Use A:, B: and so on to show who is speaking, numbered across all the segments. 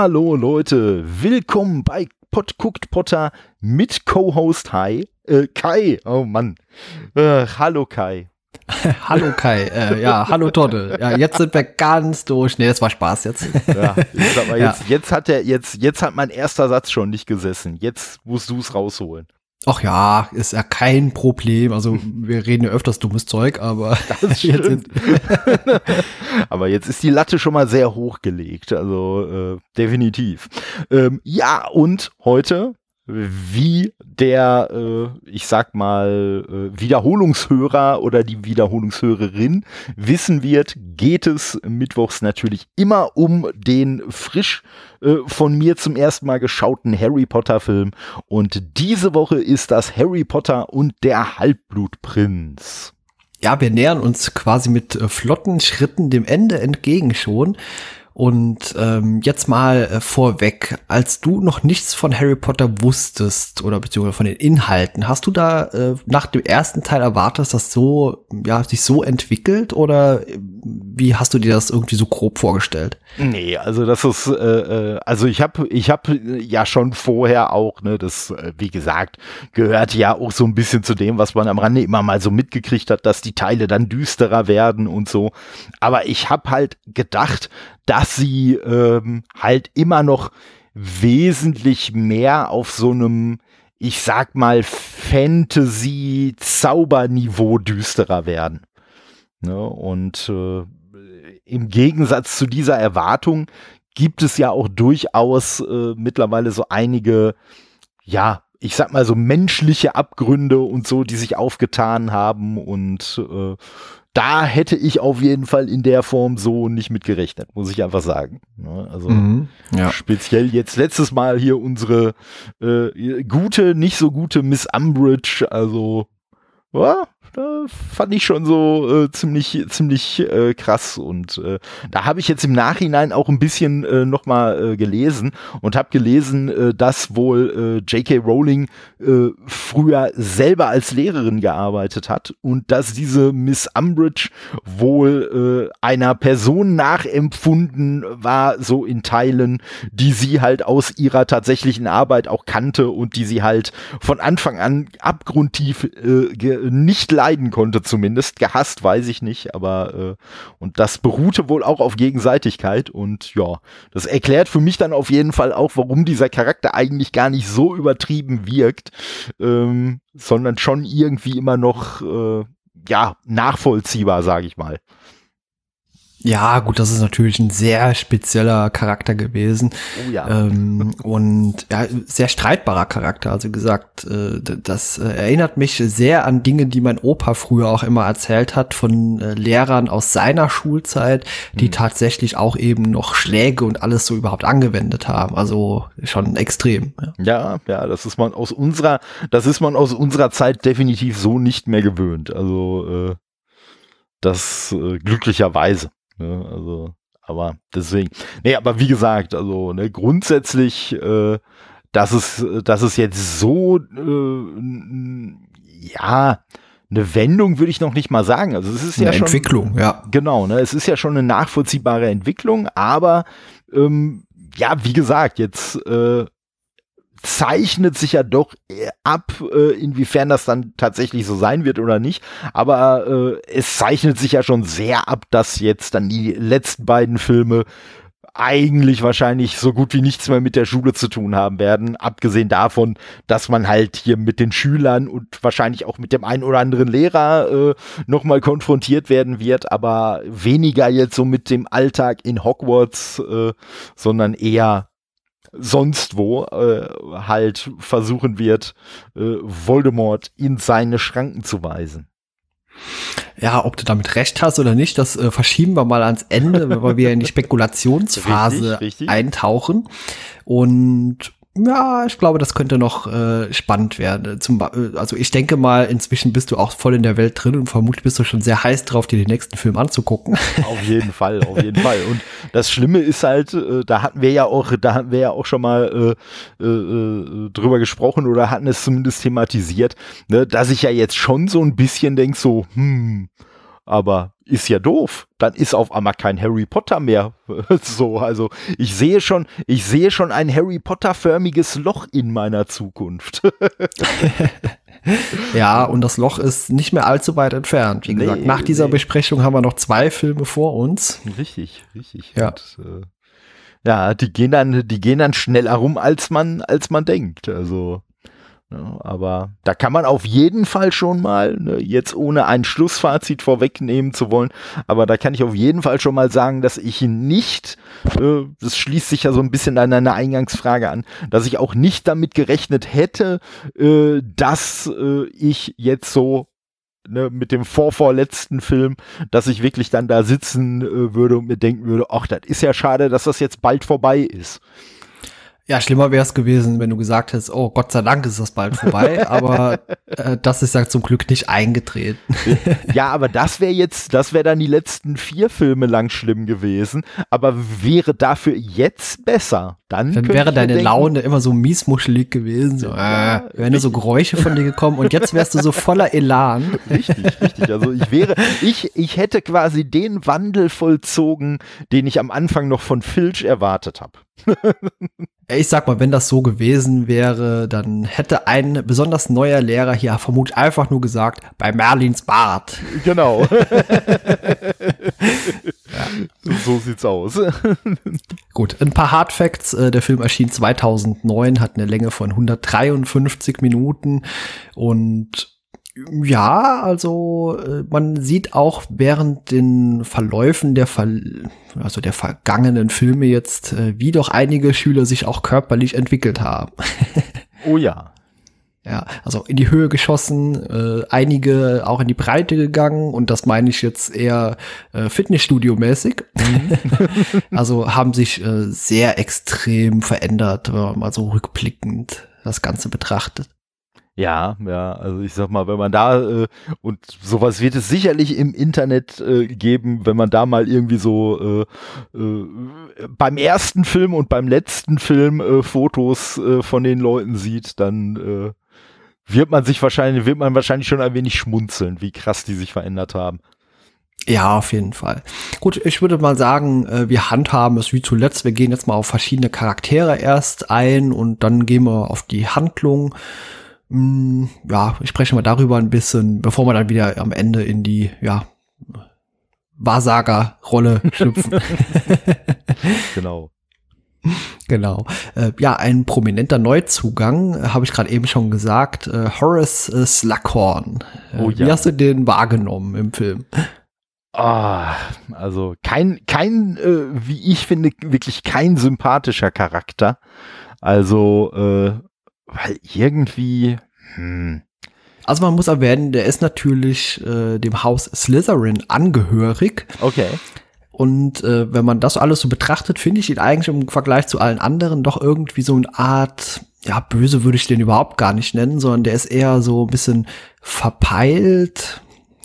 A: Hallo Leute, willkommen bei Guckt Potter mit Co-Host Kai. Oh Mann. Hallo Kai.
B: Hallo Kai, ja, hallo Todde. Ja, jetzt sind wir ganz durch. Nee, das war Spaß jetzt.
A: Ja, aber jetzt hat mein erster Satz schon nicht gesessen. Jetzt musst du es rausholen.
B: Ach ja, ist ja kein Problem. Also wir reden ja öfters dummes Zeug, aber
A: das stimmt. Aber jetzt ist die Latte schon mal sehr hoch gelegt. Also definitiv. Ja, und heute, wie der, ich sag mal, Wiederholungshörer oder die Wiederholungshörerin wissen wird, geht es mittwochs natürlich immer um den frisch von mir zum ersten Mal geschauten Harry Potter Film. Und diese Woche ist das Harry Potter und der Halbblutprinz.
B: Ja, wir nähern uns quasi mit flotten Schritten dem Ende entgegen schon. Und jetzt mal vorweg, als du noch nichts von Harry Potter wusstest oder beziehungsweise von den Inhalten, hast du da nach dem ersten Teil erwartet, dass das so, ja, sich so entwickelt oder wie hast du dir das irgendwie so grob vorgestellt?
A: Nee, also das ist, also ich hab ja schon vorher auch, ne, das, wie gesagt, gehört ja auch so ein bisschen zu dem, was man am Rande immer mal so mitgekriegt hat, dass die Teile dann düsterer werden und so. Aber ich habe halt gedacht, dass sie halt immer noch wesentlich mehr auf so einem, ich sag mal, Fantasy-Zauberniveau düsterer werden. Ne? Und im Gegensatz zu dieser Erwartung gibt es ja auch durchaus mittlerweile so einige, ja, ich sag mal so menschliche Abgründe und so, die sich aufgetan haben und da hätte ich auf jeden Fall in der Form so nicht mit gerechnet, muss ich einfach sagen. Also
B: ja.
A: Speziell jetzt letztes Mal hier unsere gute, nicht so gute Miss Umbridge, also ja, da fand ich schon so ziemlich krass und da habe ich jetzt im Nachhinein auch ein bisschen nochmal gelesen und habe gelesen, dass wohl J.K. Rowling früher selber als Lehrerin gearbeitet hat und dass diese Miss Umbridge wohl einer Person nachempfunden war, so in Teilen, die sie halt aus ihrer tatsächlichen Arbeit auch kannte und die sie halt von Anfang an abgrundtief nicht leiden konnte, zumindest gehasst, weiß ich nicht, aber und das beruhte wohl auch auf Gegenseitigkeit und ja, das erklärt für mich dann auf jeden Fall auch, warum dieser Charakter eigentlich gar nicht so übertrieben wirkt, sondern schon irgendwie immer noch ja, nachvollziehbar, sage ich mal.
B: Ja, gut, das ist natürlich ein sehr spezieller Charakter gewesen.
A: Oh ja.
B: Und ja, sehr streitbarer Charakter. Also gesagt, das erinnert mich sehr an Dinge, die mein Opa früher auch immer erzählt hat von Lehrern aus seiner Schulzeit, die tatsächlich auch eben noch Schläge und alles so überhaupt angewendet haben. Also schon extrem.
A: Ja, das ist man aus unserer Zeit definitiv so nicht mehr gewöhnt. Also das glücklicherweise. Ne, also, aber deswegen, nee, aber wie gesagt, also ne, grundsätzlich, dass es jetzt so, ja, eine Wendung würde ich noch nicht mal sagen. Also es ist ja schon
B: Entwicklung, ja.
A: Genau, ne, es ist ja schon eine nachvollziehbare Entwicklung, aber ja, wie gesagt, jetzt zeichnet sich ja doch ab, inwiefern das dann tatsächlich so sein wird oder nicht. Aber es zeichnet sich ja schon sehr ab, dass jetzt dann die letzten beiden Filme eigentlich wahrscheinlich so gut wie nichts mehr mit der Schule zu tun haben werden. Abgesehen davon, dass man halt hier mit den Schülern und wahrscheinlich auch mit dem einen oder anderen Lehrer nochmal konfrontiert werden wird. Aber weniger jetzt so mit dem Alltag in Hogwarts, sondern eher sonst wo halt versuchen wird, Voldemort in seine Schranken zu weisen.
B: Ja, ob du damit recht hast oder nicht, das verschieben wir mal ans Ende, weil wir in die Spekulationsphase
A: richtig.
B: eintauchen. Und ja, ich glaube, das könnte noch spannend werden. Also ich denke mal, inzwischen bist du auch voll in der Welt drin und vermutlich bist du schon sehr heiß drauf, dir den nächsten Film anzugucken.
A: Auf jeden Fall. Und das Schlimme ist halt, da hatten wir ja auch schon mal drüber gesprochen oder hatten es zumindest thematisiert, ne, dass ich ja jetzt schon so ein bisschen denke, so, aber ist ja doof. Dann ist auf einmal kein Harry Potter mehr. So, also ich sehe schon ein Harry Potter-förmiges Loch in meiner Zukunft.
B: Ja, und das Loch ist nicht mehr allzu weit entfernt. Wie gesagt, nach dieser Besprechung haben wir noch 2 Filme vor uns.
A: Richtig.
B: Ja.
A: Und, ja, die gehen dann schneller rum, als man denkt. Also, ja, aber da kann man auf jeden Fall schon mal, ne, jetzt ohne ein Schlussfazit vorwegnehmen zu wollen, aber da kann ich auf jeden Fall schon mal sagen, dass ich nicht, das schließt sich ja so ein bisschen an eine Eingangsfrage an, dass ich auch nicht damit gerechnet hätte, dass ich jetzt so, ne, mit dem vorletzten Film, dass ich wirklich dann da sitzen würde und mir denken würde, ach, das ist ja schade, dass das jetzt bald vorbei ist.
B: Ja, schlimmer wäre es gewesen, wenn du gesagt hättest, oh, Gott sei Dank ist das bald vorbei, aber das ist ja zum Glück nicht eingetreten.
A: Ja, aber das wäre dann die letzten 4 Filme lang schlimm gewesen, aber wäre dafür jetzt besser. Dann
B: wäre deine Laune immer so miesmuschelig gewesen, so, wären nur so Geräusche von dir gekommen und jetzt wärst du so voller Elan.
A: Richtig. Also ich hätte quasi den Wandel vollzogen, den ich am Anfang noch von Filch erwartet habe.
B: Ich sag mal, wenn das so gewesen wäre, dann hätte ein besonders neuer Lehrer hier vermutlich einfach nur gesagt, bei Merlins Bart.
A: Genau. So sieht's aus.
B: Gut, ein paar Hardfacts. Der Film erschien 2009, hat eine Länge von 153 Minuten und ja, also man sieht auch während den Verläufen der vergangenen Filme jetzt, wie doch einige Schüler sich auch körperlich entwickelt haben.
A: Oh ja.
B: Ja, also in die Höhe geschossen, einige auch in die Breite gegangen und das meine ich jetzt eher Fitnessstudio-mäßig. Also haben sich sehr extrem verändert, wenn man mal so rückblickend das Ganze betrachtet.
A: Ja, also ich sag mal, wenn man da, und sowas wird es sicherlich im Internet geben, wenn man da mal irgendwie so beim ersten Film und beim letzten Film Fotos von den Leuten sieht, dann wird man wahrscheinlich schon ein wenig schmunzeln, wie krass die sich verändert haben.
B: Ja, auf jeden Fall. Gut, ich würde mal sagen, wir handhaben es wie zuletzt. Wir gehen jetzt mal auf verschiedene Charaktere erst ein und dann gehen wir auf die Handlung. Ja, ich spreche mal darüber ein bisschen, bevor wir dann wieder am Ende in die, Wahrsager-Rolle schlüpfen.
A: Genau.
B: Genau. Ein prominenter Neuzugang, habe ich gerade eben schon gesagt, Horace Slughorn.
A: Oh, ja.
B: Wie hast du den wahrgenommen im Film?
A: Also kein, wie ich finde, wirklich kein sympathischer Charakter. Also, weil irgendwie,
B: Also man muss erwähnen, der ist natürlich dem Haus Slytherin angehörig.
A: Okay.
B: Und wenn man das alles so betrachtet, finde ich ihn eigentlich im Vergleich zu allen anderen doch irgendwie so eine Art, böse würde ich den überhaupt gar nicht nennen, sondern der ist eher so ein bisschen verpeilt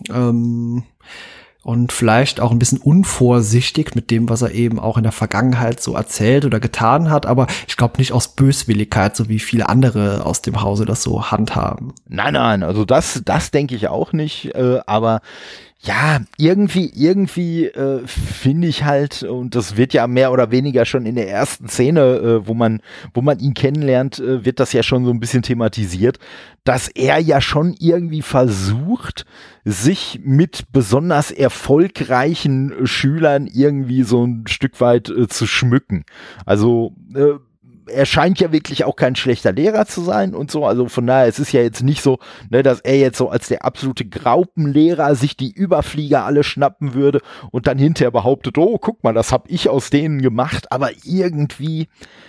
B: und vielleicht auch ein bisschen unvorsichtig mit dem, was er eben auch in der Vergangenheit so erzählt oder getan hat, aber ich glaube nicht aus Böswilligkeit, so wie viele andere aus dem Hause das so handhaben.
A: Nein, also das denke ich auch nicht, aber ja, irgendwie finde ich halt, und das wird ja mehr oder weniger schon in der ersten Szene, wo man ihn kennenlernt, wird das ja schon so ein bisschen thematisiert, dass er ja schon irgendwie versucht, sich mit besonders erfolgreichen Schülern irgendwie so ein Stück weit zu schmücken. Also er scheint ja wirklich auch kein schlechter Lehrer zu sein und so, also von daher, es ist ja jetzt nicht so, ne, dass er jetzt so als der absolute Graupenlehrer sich die Überflieger alle schnappen würde und dann hinterher behauptet, oh, guck mal, das hab ich aus denen gemacht, aber irgendwie,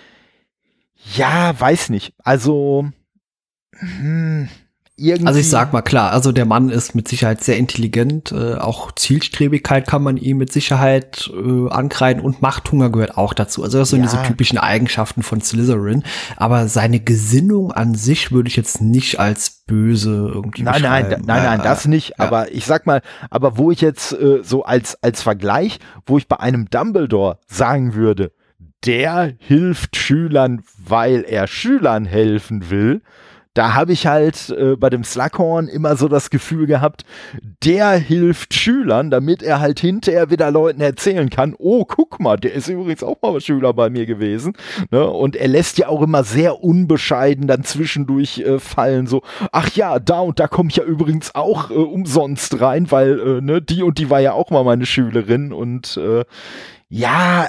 A: weiß nicht, also, irgendwie.
B: Also ich sag mal klar, also der Mann ist mit Sicherheit sehr intelligent, auch Zielstrebigkeit kann man ihm mit Sicherheit ankreiden und Machthunger gehört auch dazu. Also das sind diese typischen Eigenschaften von Slytherin, aber seine Gesinnung an sich würde ich jetzt nicht als böse irgendwie beschreiben.
A: Nein, das nicht, aber ich sag mal, aber wo ich jetzt so als Vergleich, wo ich bei einem Dumbledore sagen würde, der hilft Schülern, weil er Schülern helfen will, da habe ich halt bei dem Slughorn immer so das Gefühl gehabt, der hilft Schülern, damit er halt hinterher wieder Leuten erzählen kann, oh, guck mal, der ist übrigens auch mal Schüler bei mir gewesen. Ne? Und er lässt ja auch immer sehr unbescheiden dann zwischendurch fallen, so, ach ja, da und da komme ich ja übrigens auch umsonst rein, weil ne, die und die war ja auch mal meine Schülerin und ja,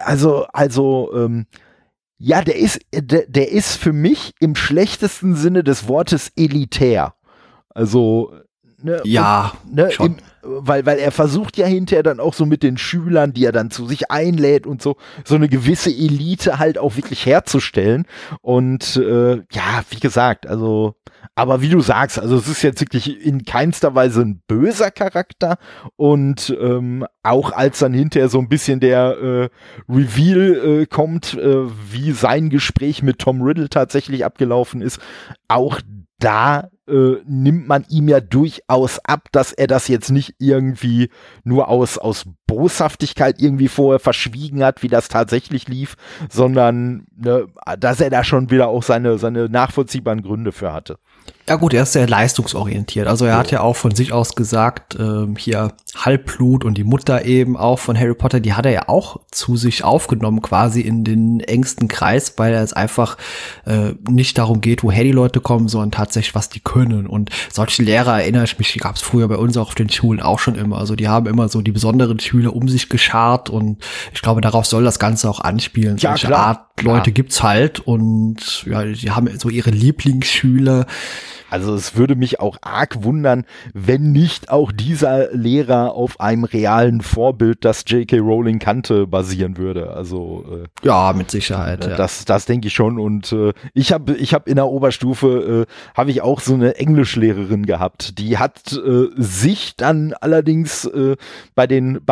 A: ja, der ist für mich im schlechtesten Sinne des Wortes elitär. Also, ne,
B: ja,
A: und, ne,
B: schon.
A: weil er versucht ja hinterher dann auch so mit den Schülern, die er dann zu sich einlädt und so eine gewisse Elite halt auch wirklich herzustellen. Und ja, wie gesagt, also, aber wie du sagst, also es ist jetzt wirklich in keinster Weise ein böser Charakter und auch als dann hinterher so ein bisschen der Reveal kommt, wie sein Gespräch mit Tom Riddle tatsächlich abgelaufen ist, auch da nimmt man ihm ja durchaus ab, dass er das jetzt nicht irgendwie nur aus Boshaftigkeit irgendwie vorher verschwiegen hat, wie das tatsächlich lief, sondern ne, dass er da schon wieder auch seine nachvollziehbaren Gründe für hatte.
B: Ja gut, er ist sehr leistungsorientiert. Also er hat ja auch von sich aus gesagt, hier Halbblut und die Mutter eben auch von Harry Potter, die hat er ja auch zu sich aufgenommen, quasi in den engsten Kreis, weil es einfach nicht darum geht, woher die Leute kommen, sondern tatsächlich, was die können. Und solche Lehrer, erinnere ich mich, die gab es früher bei uns auch auf den Schulen auch schon immer. Also die haben immer so die besonderen Schüler um sich geschart und ich glaube, darauf soll das Ganze auch anspielen.
A: Ja,
B: solche
A: klar.
B: Art Leute gibt's halt und ja, die haben so ihre Lieblingsschüler.
A: Also es würde mich auch arg wundern, wenn nicht auch dieser Lehrer auf einem realen Vorbild, das J.K. Rowling kannte, basieren würde. Also
B: ja, mit Sicherheit. Ja.
A: Das denke ich schon. Und ich hab in der Oberstufe habe ich auch so eine Englischlehrerin gehabt. Die hat sich dann allerdings bei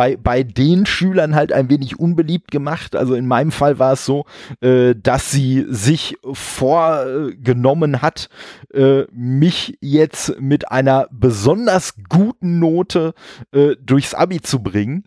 A: den Schülern halt ein wenig unbeliebt gemacht. Also in meinem Fall war es so, dass sie sich vorgenommen hat, mich jetzt mit einer besonders guten Note durchs Abi zu bringen.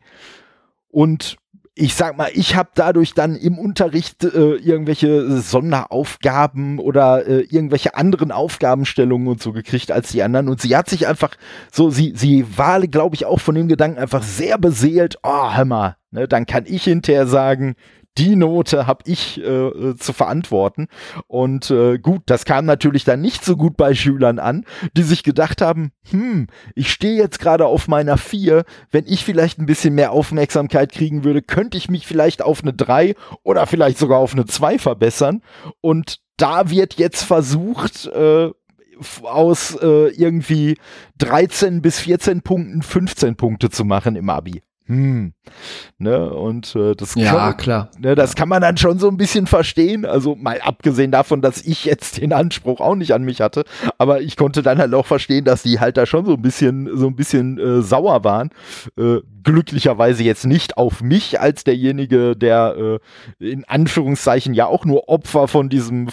A: Und ich sag mal, ich habe dadurch dann im Unterricht irgendwelche Sonderaufgaben oder irgendwelche anderen Aufgabenstellungen und so gekriegt als die anderen. Und sie hat sich einfach so, sie war, glaube ich, auch von dem Gedanken einfach sehr beseelt, oh, hör mal, ne, dann kann ich hinterher sagen, die Note habe ich zu verantworten. Und gut, das kam natürlich dann nicht so gut bei Schülern an, die sich gedacht haben, ich stehe jetzt gerade auf meiner 4, wenn ich vielleicht ein bisschen mehr Aufmerksamkeit kriegen würde, könnte ich mich vielleicht auf eine 3 oder vielleicht sogar auf eine 2 verbessern. Und da wird jetzt versucht, aus irgendwie 13 bis 14 Punkten 15 Punkte zu machen im Abi. Ne, und das
B: klar.
A: Ne, das kann man dann schon so ein bisschen verstehen, also mal abgesehen davon, dass ich jetzt den Anspruch auch nicht an mich hatte, aber ich konnte dann halt auch verstehen, dass die halt da schon so ein bisschen sauer waren, glücklicherweise jetzt nicht auf mich als derjenige, der in Anführungszeichen ja auch nur Opfer von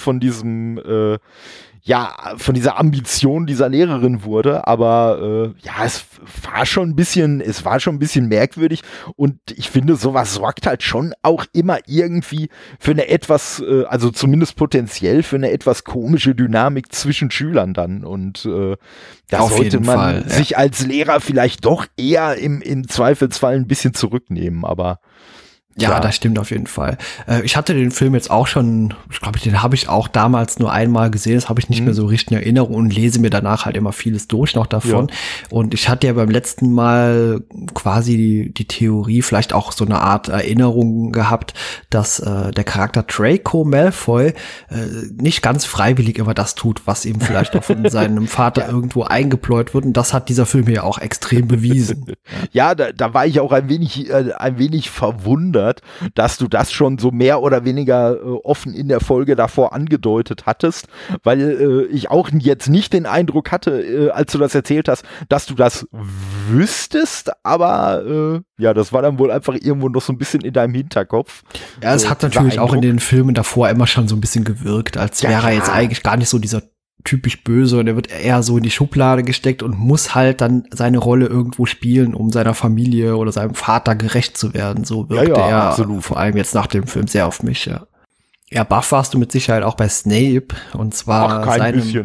A: dieser Ambition dieser Lehrerin wurde, aber ja, es war schon ein bisschen merkwürdig und ich finde, sowas sorgt halt schon auch immer irgendwie für eine etwas, also zumindest potenziell für eine etwas komische Dynamik zwischen Schülern dann und da
B: auf
A: sollte
B: jeden
A: man
B: Fall,
A: sich als Lehrer vielleicht doch eher im Zweifelsfall ein bisschen zurücknehmen, aber
B: ja, das stimmt auf jeden Fall. Ich hatte den Film jetzt auch schon, ich glaube, den habe ich auch damals nur einmal gesehen, das habe ich nicht mehr so richtig in Erinnerung und lese mir danach halt immer vieles durch noch davon. Ja. Und ich hatte ja beim letzten Mal quasi die Theorie, vielleicht auch so eine Art Erinnerung gehabt, dass der Charakter Draco Malfoy nicht ganz freiwillig immer das tut, was ihm vielleicht auch von seinem Vater irgendwo eingepläut wird. Und das hat dieser Film ja auch extrem bewiesen.
A: Ja, da war ich auch ein wenig verwundert, dass du das schon so mehr oder weniger offen in der Folge davor angedeutet hattest, weil ich auch jetzt nicht den Eindruck hatte, als du das erzählt hast, dass du das wüsstest, aber ja, das war dann wohl einfach irgendwo noch so ein bisschen in deinem Hinterkopf.
B: Ja, es hat natürlich auch in den Filmen davor immer schon so ein bisschen gewirkt, als wäre er jetzt eigentlich gar nicht so dieser typisch böse und er wird eher so in die Schublade gesteckt und muss halt dann seine Rolle irgendwo spielen, um seiner Familie oder seinem Vater gerecht zu werden. So wirkte er absolut. Vor allem jetzt nach dem Film sehr auf mich, ja. Ja, baff warst du mit Sicherheit auch bei Snape, und zwar
A: kein bisschen.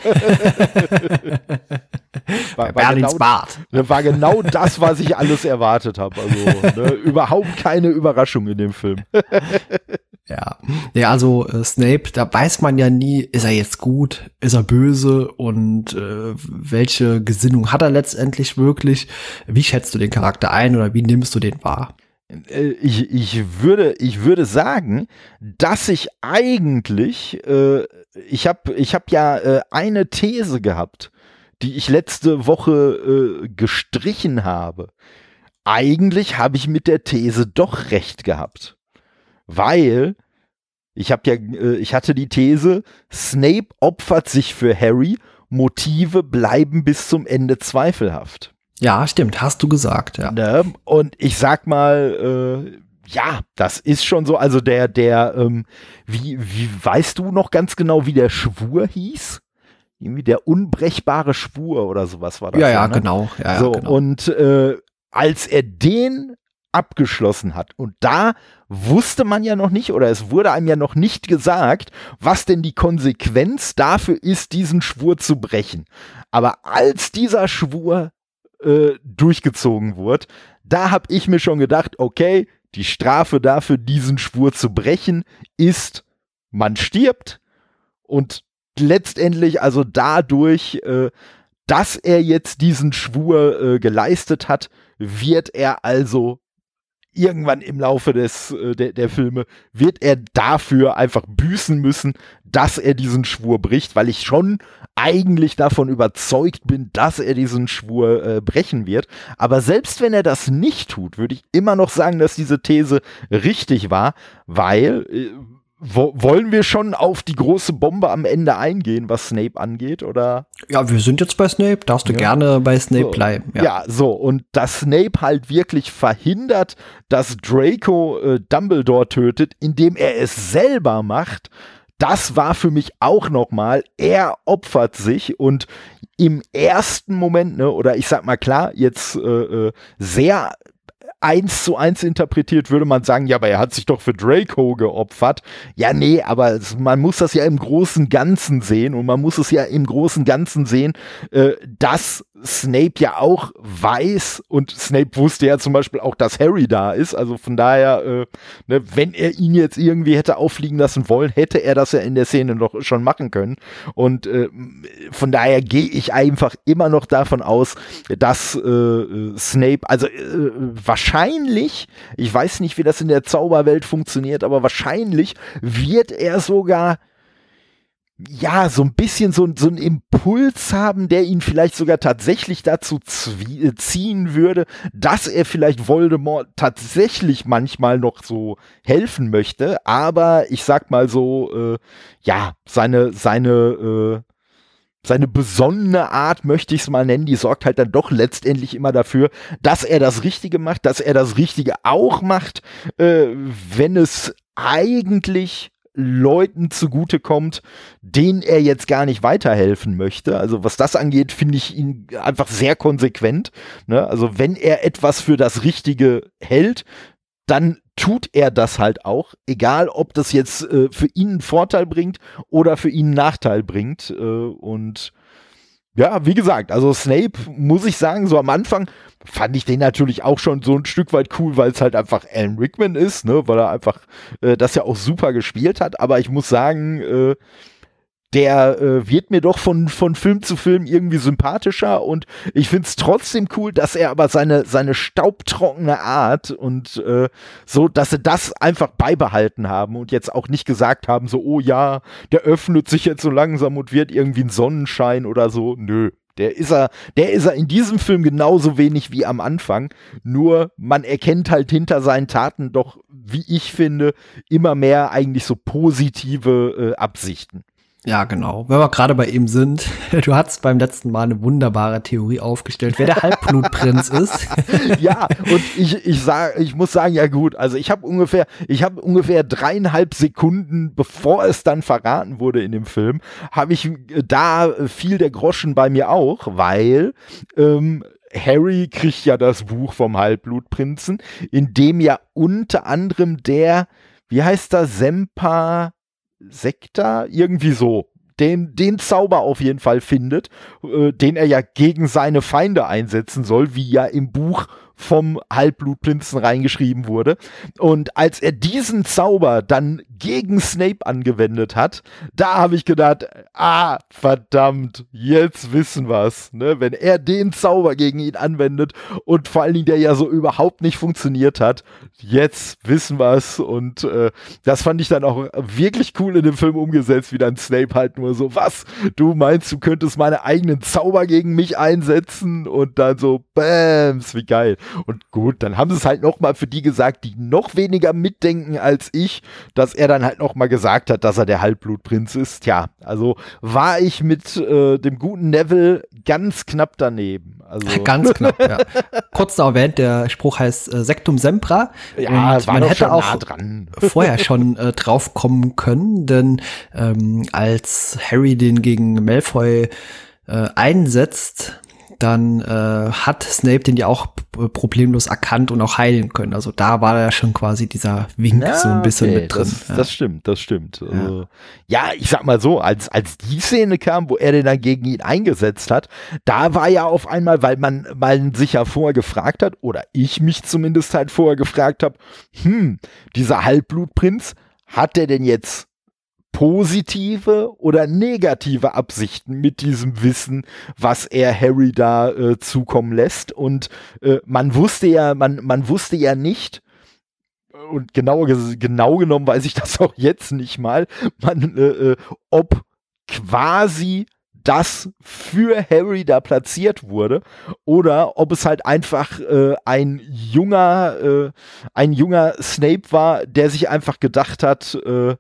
B: bei Berlins Bart.
A: War genau das, was ich alles erwartet habe. Also überhaupt keine Überraschung in dem Film.
B: Ja, also Snape, da weiß man ja nie, ist er jetzt gut, ist er böse und welche Gesinnung hat er letztendlich wirklich? Wie schätzt du den Charakter ein oder wie nimmst du den wahr?
A: Ich würde sagen, dass ich eigentlich, ich hab ja eine These gehabt, die ich letzte Woche gestrichen habe. Eigentlich habe ich mit der These doch recht gehabt. Weil ich hatte die These, Snape opfert sich für Harry, Motive bleiben bis zum Ende zweifelhaft.
B: Ja, stimmt, hast du gesagt, ja.
A: Ne? Und ich sag mal, ja, das ist schon so, also wie weißt du noch ganz genau, wie der Schwur hieß? Irgendwie der unbrechbare Schwur oder sowas war das.
B: Ja,
A: ne?
B: Genau. Ja,
A: so,
B: genau.
A: Und als er den abgeschlossen hat, und da wusste man ja noch nicht, oder es wurde einem ja noch nicht gesagt, was denn die Konsequenz dafür ist, diesen Schwur zu brechen. Aber als dieser Schwur durchgezogen wurde, da habe ich mir schon gedacht, okay, die Strafe dafür, diesen Schwur zu brechen, ist, man stirbt. Und letztendlich, also dadurch, dass er jetzt diesen Schwur geleistet hat, wird er also irgendwann im Laufe der Filme, wird er dafür einfach büßen müssen, dass er diesen Schwur bricht, weil ich schon eigentlich davon überzeugt bin, dass er diesen Schwur brechen wird. Aber selbst wenn er das nicht tut, würde ich immer noch sagen, dass diese These richtig war, weil wollen wir schon auf die große Bombe am Ende eingehen, was Snape angeht, oder?
B: Ja, wir sind jetzt bei Snape, darfst du gerne bei Snape bleiben.
A: Ja, so, und dass Snape halt wirklich verhindert, dass Draco Dumbledore tötet, indem er es selber macht, das war für mich auch nochmal, er opfert sich und im ersten Moment, ne, oder ich sag mal klar, jetzt sehr 1:1 interpretiert, würde man sagen, ja, aber er hat sich doch für Draco geopfert. Ja, nee, aber man muss das ja im großen Ganzen sehen und man muss es ja im großen Ganzen sehen, dass Snape ja auch weiß und Snape wusste ja zum Beispiel auch, dass Harry da ist, also von daher, ne, wenn er ihn jetzt irgendwie hätte auffliegen lassen wollen, hätte er das ja in der Szene noch schon machen können und von daher gehe ich einfach immer noch davon aus, dass Snape, also wahrscheinlich, ich weiß nicht, wie das in der Zauberwelt funktioniert, aber wahrscheinlich wird er sogar ja, so ein bisschen so einen Impuls haben, der ihn vielleicht sogar tatsächlich dazu ziehen würde, dass er vielleicht Voldemort tatsächlich manchmal noch so helfen möchte, aber ich sag mal so, ja, seine besonnene Art, möchte ich es mal nennen, die sorgt halt dann doch letztendlich immer dafür, dass er das Richtige macht, dass er das Richtige auch macht, wenn es eigentlich Leuten zugutekommt, denen er jetzt gar nicht weiterhelfen möchte. Also was das angeht, finde ich ihn einfach sehr konsequent. Ne? Also wenn er etwas für das Richtige hält, dann tut er das halt auch, egal ob das jetzt für ihn einen Vorteil bringt oder für ihn einen Nachteil bringt. Und ja, wie gesagt, also Snape, muss ich sagen, so am Anfang fand ich den natürlich auch schon so ein Stück weit cool, weil es halt einfach Alan Rickman ist, ne, weil er einfach das ja auch super gespielt hat. Aber ich muss sagen, der wird mir doch von Film zu Film irgendwie sympathischer und ich find's trotzdem cool, dass er aber seine staubtrockene Art und so, dass sie das einfach beibehalten haben und jetzt auch nicht gesagt haben, so, oh ja, der öffnet sich jetzt so langsam und wird irgendwie ein Sonnenschein oder so. Nö. Der ist er in diesem Film genauso wenig wie am Anfang, nur man erkennt halt hinter seinen Taten doch, wie ich finde, immer mehr eigentlich so positive Absichten.
B: Ja, genau. Wenn wir gerade bei ihm sind, du hattest beim letzten Mal eine wunderbare Theorie aufgestellt, wer der Halbblutprinz ist.
A: Ja, und ich muss sagen, ja gut, also ich habe ungefähr 3,5 Sekunden, bevor es dann verraten wurde in dem Film, da fiel der Groschen bei mir auch, weil Harry kriegt ja das Buch vom Halbblutprinzen, in dem ja unter anderem der, wie heißt das, Semper Secta? Irgendwie so. Den Zauber auf jeden Fall findet, den er ja gegen seine Feinde einsetzen soll, wie ja im Buch vom Halbblutprinzen reingeschrieben wurde. Und als er diesen Zauber dann gegen Snape angewendet hat, da habe ich gedacht, verdammt, jetzt wissen wir's. Ne? Wenn er den Zauber gegen ihn anwendet und vor allen Dingen der ja so überhaupt nicht funktioniert hat, jetzt wissen wir's. Und das fand ich dann auch wirklich cool in dem Film umgesetzt, wie dann Snape halt nur so, was? Du meinst, du könntest meine eigenen Zauber gegen mich einsetzen? Und dann so, bams, wie geil. Und gut, dann haben sie es halt nochmal für die gesagt, die noch weniger mitdenken als ich, dass er dann halt nochmal gesagt hat, dass er der Halbblutprinz ist. Tja, also war ich mit dem guten Neville ganz knapp daneben. Also
B: ganz knapp, ja. Kurz noch erwähnt, der Spruch heißt Sectum Sempra.
A: Ja,
B: und
A: war
B: man
A: doch
B: hätte
A: schon
B: auch
A: nah dran.
B: vorher schon drauf kommen können, denn als Harry den gegen Malfoy einsetzt, dann hat Snape den ja auch problemlos erkannt und auch heilen können. Also da war ja schon quasi dieser Wink so ein bisschen mit drin.
A: Das stimmt. Ja, ich sag mal so, als die Szene kam, wo er den dann gegen ihn eingesetzt hat, da war ja auf einmal, weil man sich ja vorher gefragt hat, oder ich mich zumindest halt vorher gefragt habe, dieser Halbblutprinz, hat der denn jetzt positive oder negative Absichten mit diesem Wissen, was er Harry da zukommen lässt? Und man wusste ja nicht, und genau genommen weiß ich das auch jetzt nicht mal, ob quasi das für Harry da platziert wurde oder ob es halt einfach ein junger Snape war, der sich einfach gedacht hat,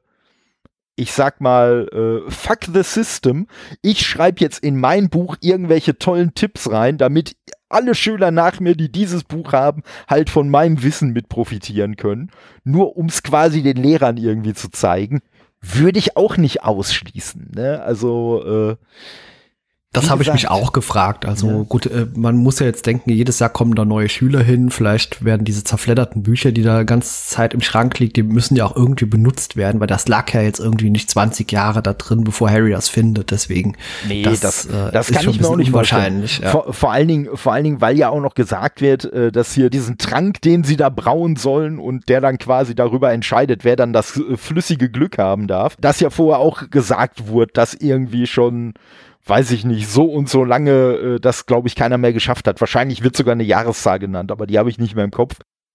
A: ich sag mal, fuck the system. Ich schreibe jetzt in mein Buch irgendwelche tollen Tipps rein, damit alle Schüler nach mir, die dieses Buch haben, halt von meinem Wissen mit profitieren können. Nur um es quasi den Lehrern irgendwie zu zeigen. Würde ich auch nicht ausschließen. Ne? Also,
B: das habe ich mich auch gefragt. Also gut, man muss ja jetzt denken, jedes Jahr kommen da neue Schüler hin. Vielleicht werden diese zerfledderten Bücher, die da ganze Zeit im Schrank liegen, die müssen ja auch irgendwie benutzt werden, weil das lag ja jetzt irgendwie nicht 20 Jahre da drin, bevor Harry das findet. Deswegen,
A: das kann ich mir auch nicht
B: wahrscheinlich.
A: Ja. Vor allen Dingen, weil ja auch noch gesagt wird, dass hier diesen Trank, den sie da brauen sollen und der dann quasi darüber entscheidet, wer dann das flüssige Glück haben darf, dass ja vorher auch gesagt wurde, dass irgendwie schon, weiß ich nicht, so und so lange das, glaube ich, keiner mehr geschafft hat. Wahrscheinlich wird sogar eine Jahreszahl genannt, aber die habe ich nicht mehr im Kopf.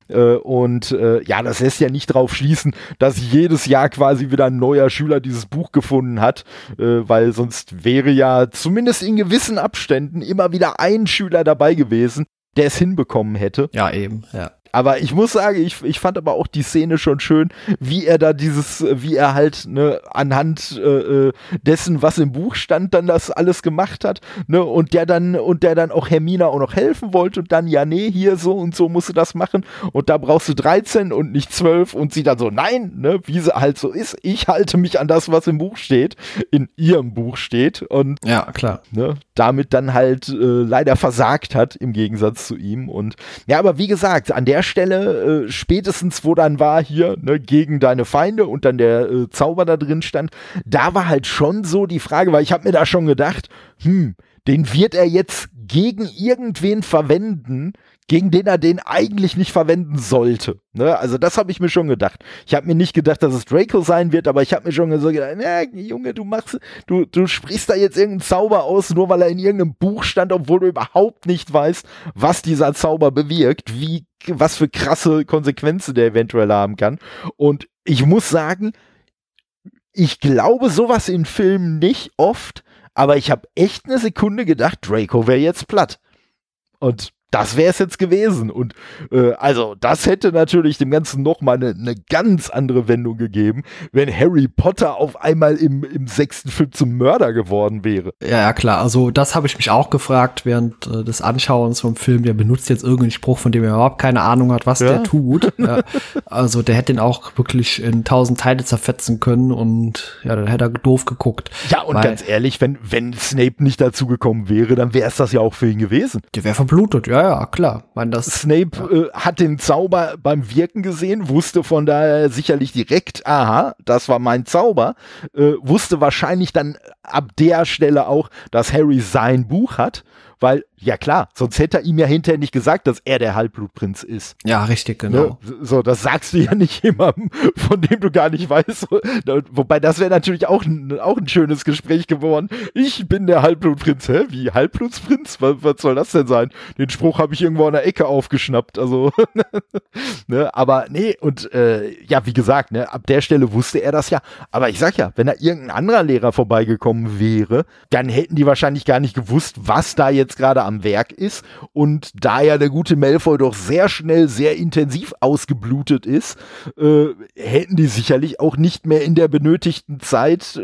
A: Das lässt ja nicht drauf schließen, dass jedes Jahr quasi wieder ein neuer Schüler dieses Buch gefunden hat, weil sonst wäre ja zumindest in gewissen Abständen immer wieder ein Schüler dabei gewesen, der es hinbekommen hätte.
B: Ja, eben, ja.
A: Aber ich muss sagen, ich fand aber auch die Szene schon schön, wie er halt anhand dessen, was im Buch stand, dann das alles gemacht hat, ne, und der dann auch Hermine auch noch helfen wollte und dann, ja, nee, hier so und so musst du das machen und da brauchst du 13 und nicht 12 und sie dann so, nein, ne, wie sie halt so ist, ich halte mich an das, was im Buch steht, in ihrem Buch steht und
B: ja, klar,
A: ne, damit dann halt leider versagt hat im Gegensatz zu ihm und ja, aber wie gesagt, an der Stelle, spätestens wo dann war hier, ne, gegen deine Feinde und dann der Zauber da drin stand, da war halt schon so die Frage, weil ich habe mir da schon gedacht, den wird er jetzt gegen irgendwen verwenden, gegen den er den eigentlich nicht verwenden sollte. Ne? Also das habe ich mir schon gedacht. Ich habe mir nicht gedacht, dass es Draco sein wird, aber ich habe mir schon so gedacht, Junge, du sprichst da jetzt irgendeinen Zauber aus, nur weil er in irgendeinem Buch stand, obwohl du überhaupt nicht weißt, was dieser Zauber bewirkt, was für krasse Konsequenzen der eventuell haben kann. Und ich muss sagen, ich glaube sowas in Filmen nicht oft, aber ich habe echt eine Sekunde gedacht, Draco wäre jetzt platt. Und das wäre es jetzt gewesen. Und also das hätte natürlich dem Ganzen nochmal eine ganz andere Wendung gegeben, wenn Harry Potter auf einmal im 6. Film zum Mörder geworden wäre.
B: Ja, klar. Also das habe ich mich auch gefragt während des Anschauens vom Film. Der benutzt jetzt irgendeinen Spruch, von dem er überhaupt keine Ahnung hat, was der tut. Ja. Also der hätte ihn auch wirklich in 1000 Teile zerfetzen können und ja, dann hätte er doof geguckt.
A: Ja, und ganz ehrlich, wenn Snape nicht dazu gekommen wäre, dann wäre es das ja auch für ihn gewesen.
B: Der wäre verblutet, ja. Ja, klar.
A: Snape hat den Zauber beim Wirken gesehen, wusste von daher sicherlich direkt, aha, das war mein Zauber, wusste wahrscheinlich dann ab der Stelle auch, dass Harry sein Buch hat, weil, ja klar, sonst hätte er ihm ja hinterher nicht gesagt, dass er der Halbblutprinz ist.
B: Ja, richtig, genau.
A: Ne? So, das sagst du ja nicht jemandem, von dem du gar nicht weißt. Wobei, das wäre natürlich auch ein schönes Gespräch geworden. Ich bin der Halbblutprinz. Hä? Wie, Halbblutsprinz? Was soll das denn sein? Den Spruch habe ich irgendwo an der Ecke aufgeschnappt. Also, ne? Aber nee, und ja, wie gesagt, ne, ab der Stelle wusste er das ja. Aber ich sag ja, wenn da irgendein anderer Lehrer vorbeigekommen wäre, dann hätten die wahrscheinlich gar nicht gewusst, was da jetzt gerade am Werk ist. Und da ja der gute Malfoy doch sehr schnell, sehr intensiv ausgeblutet ist, hätten die sicherlich auch nicht mehr in der benötigten Zeit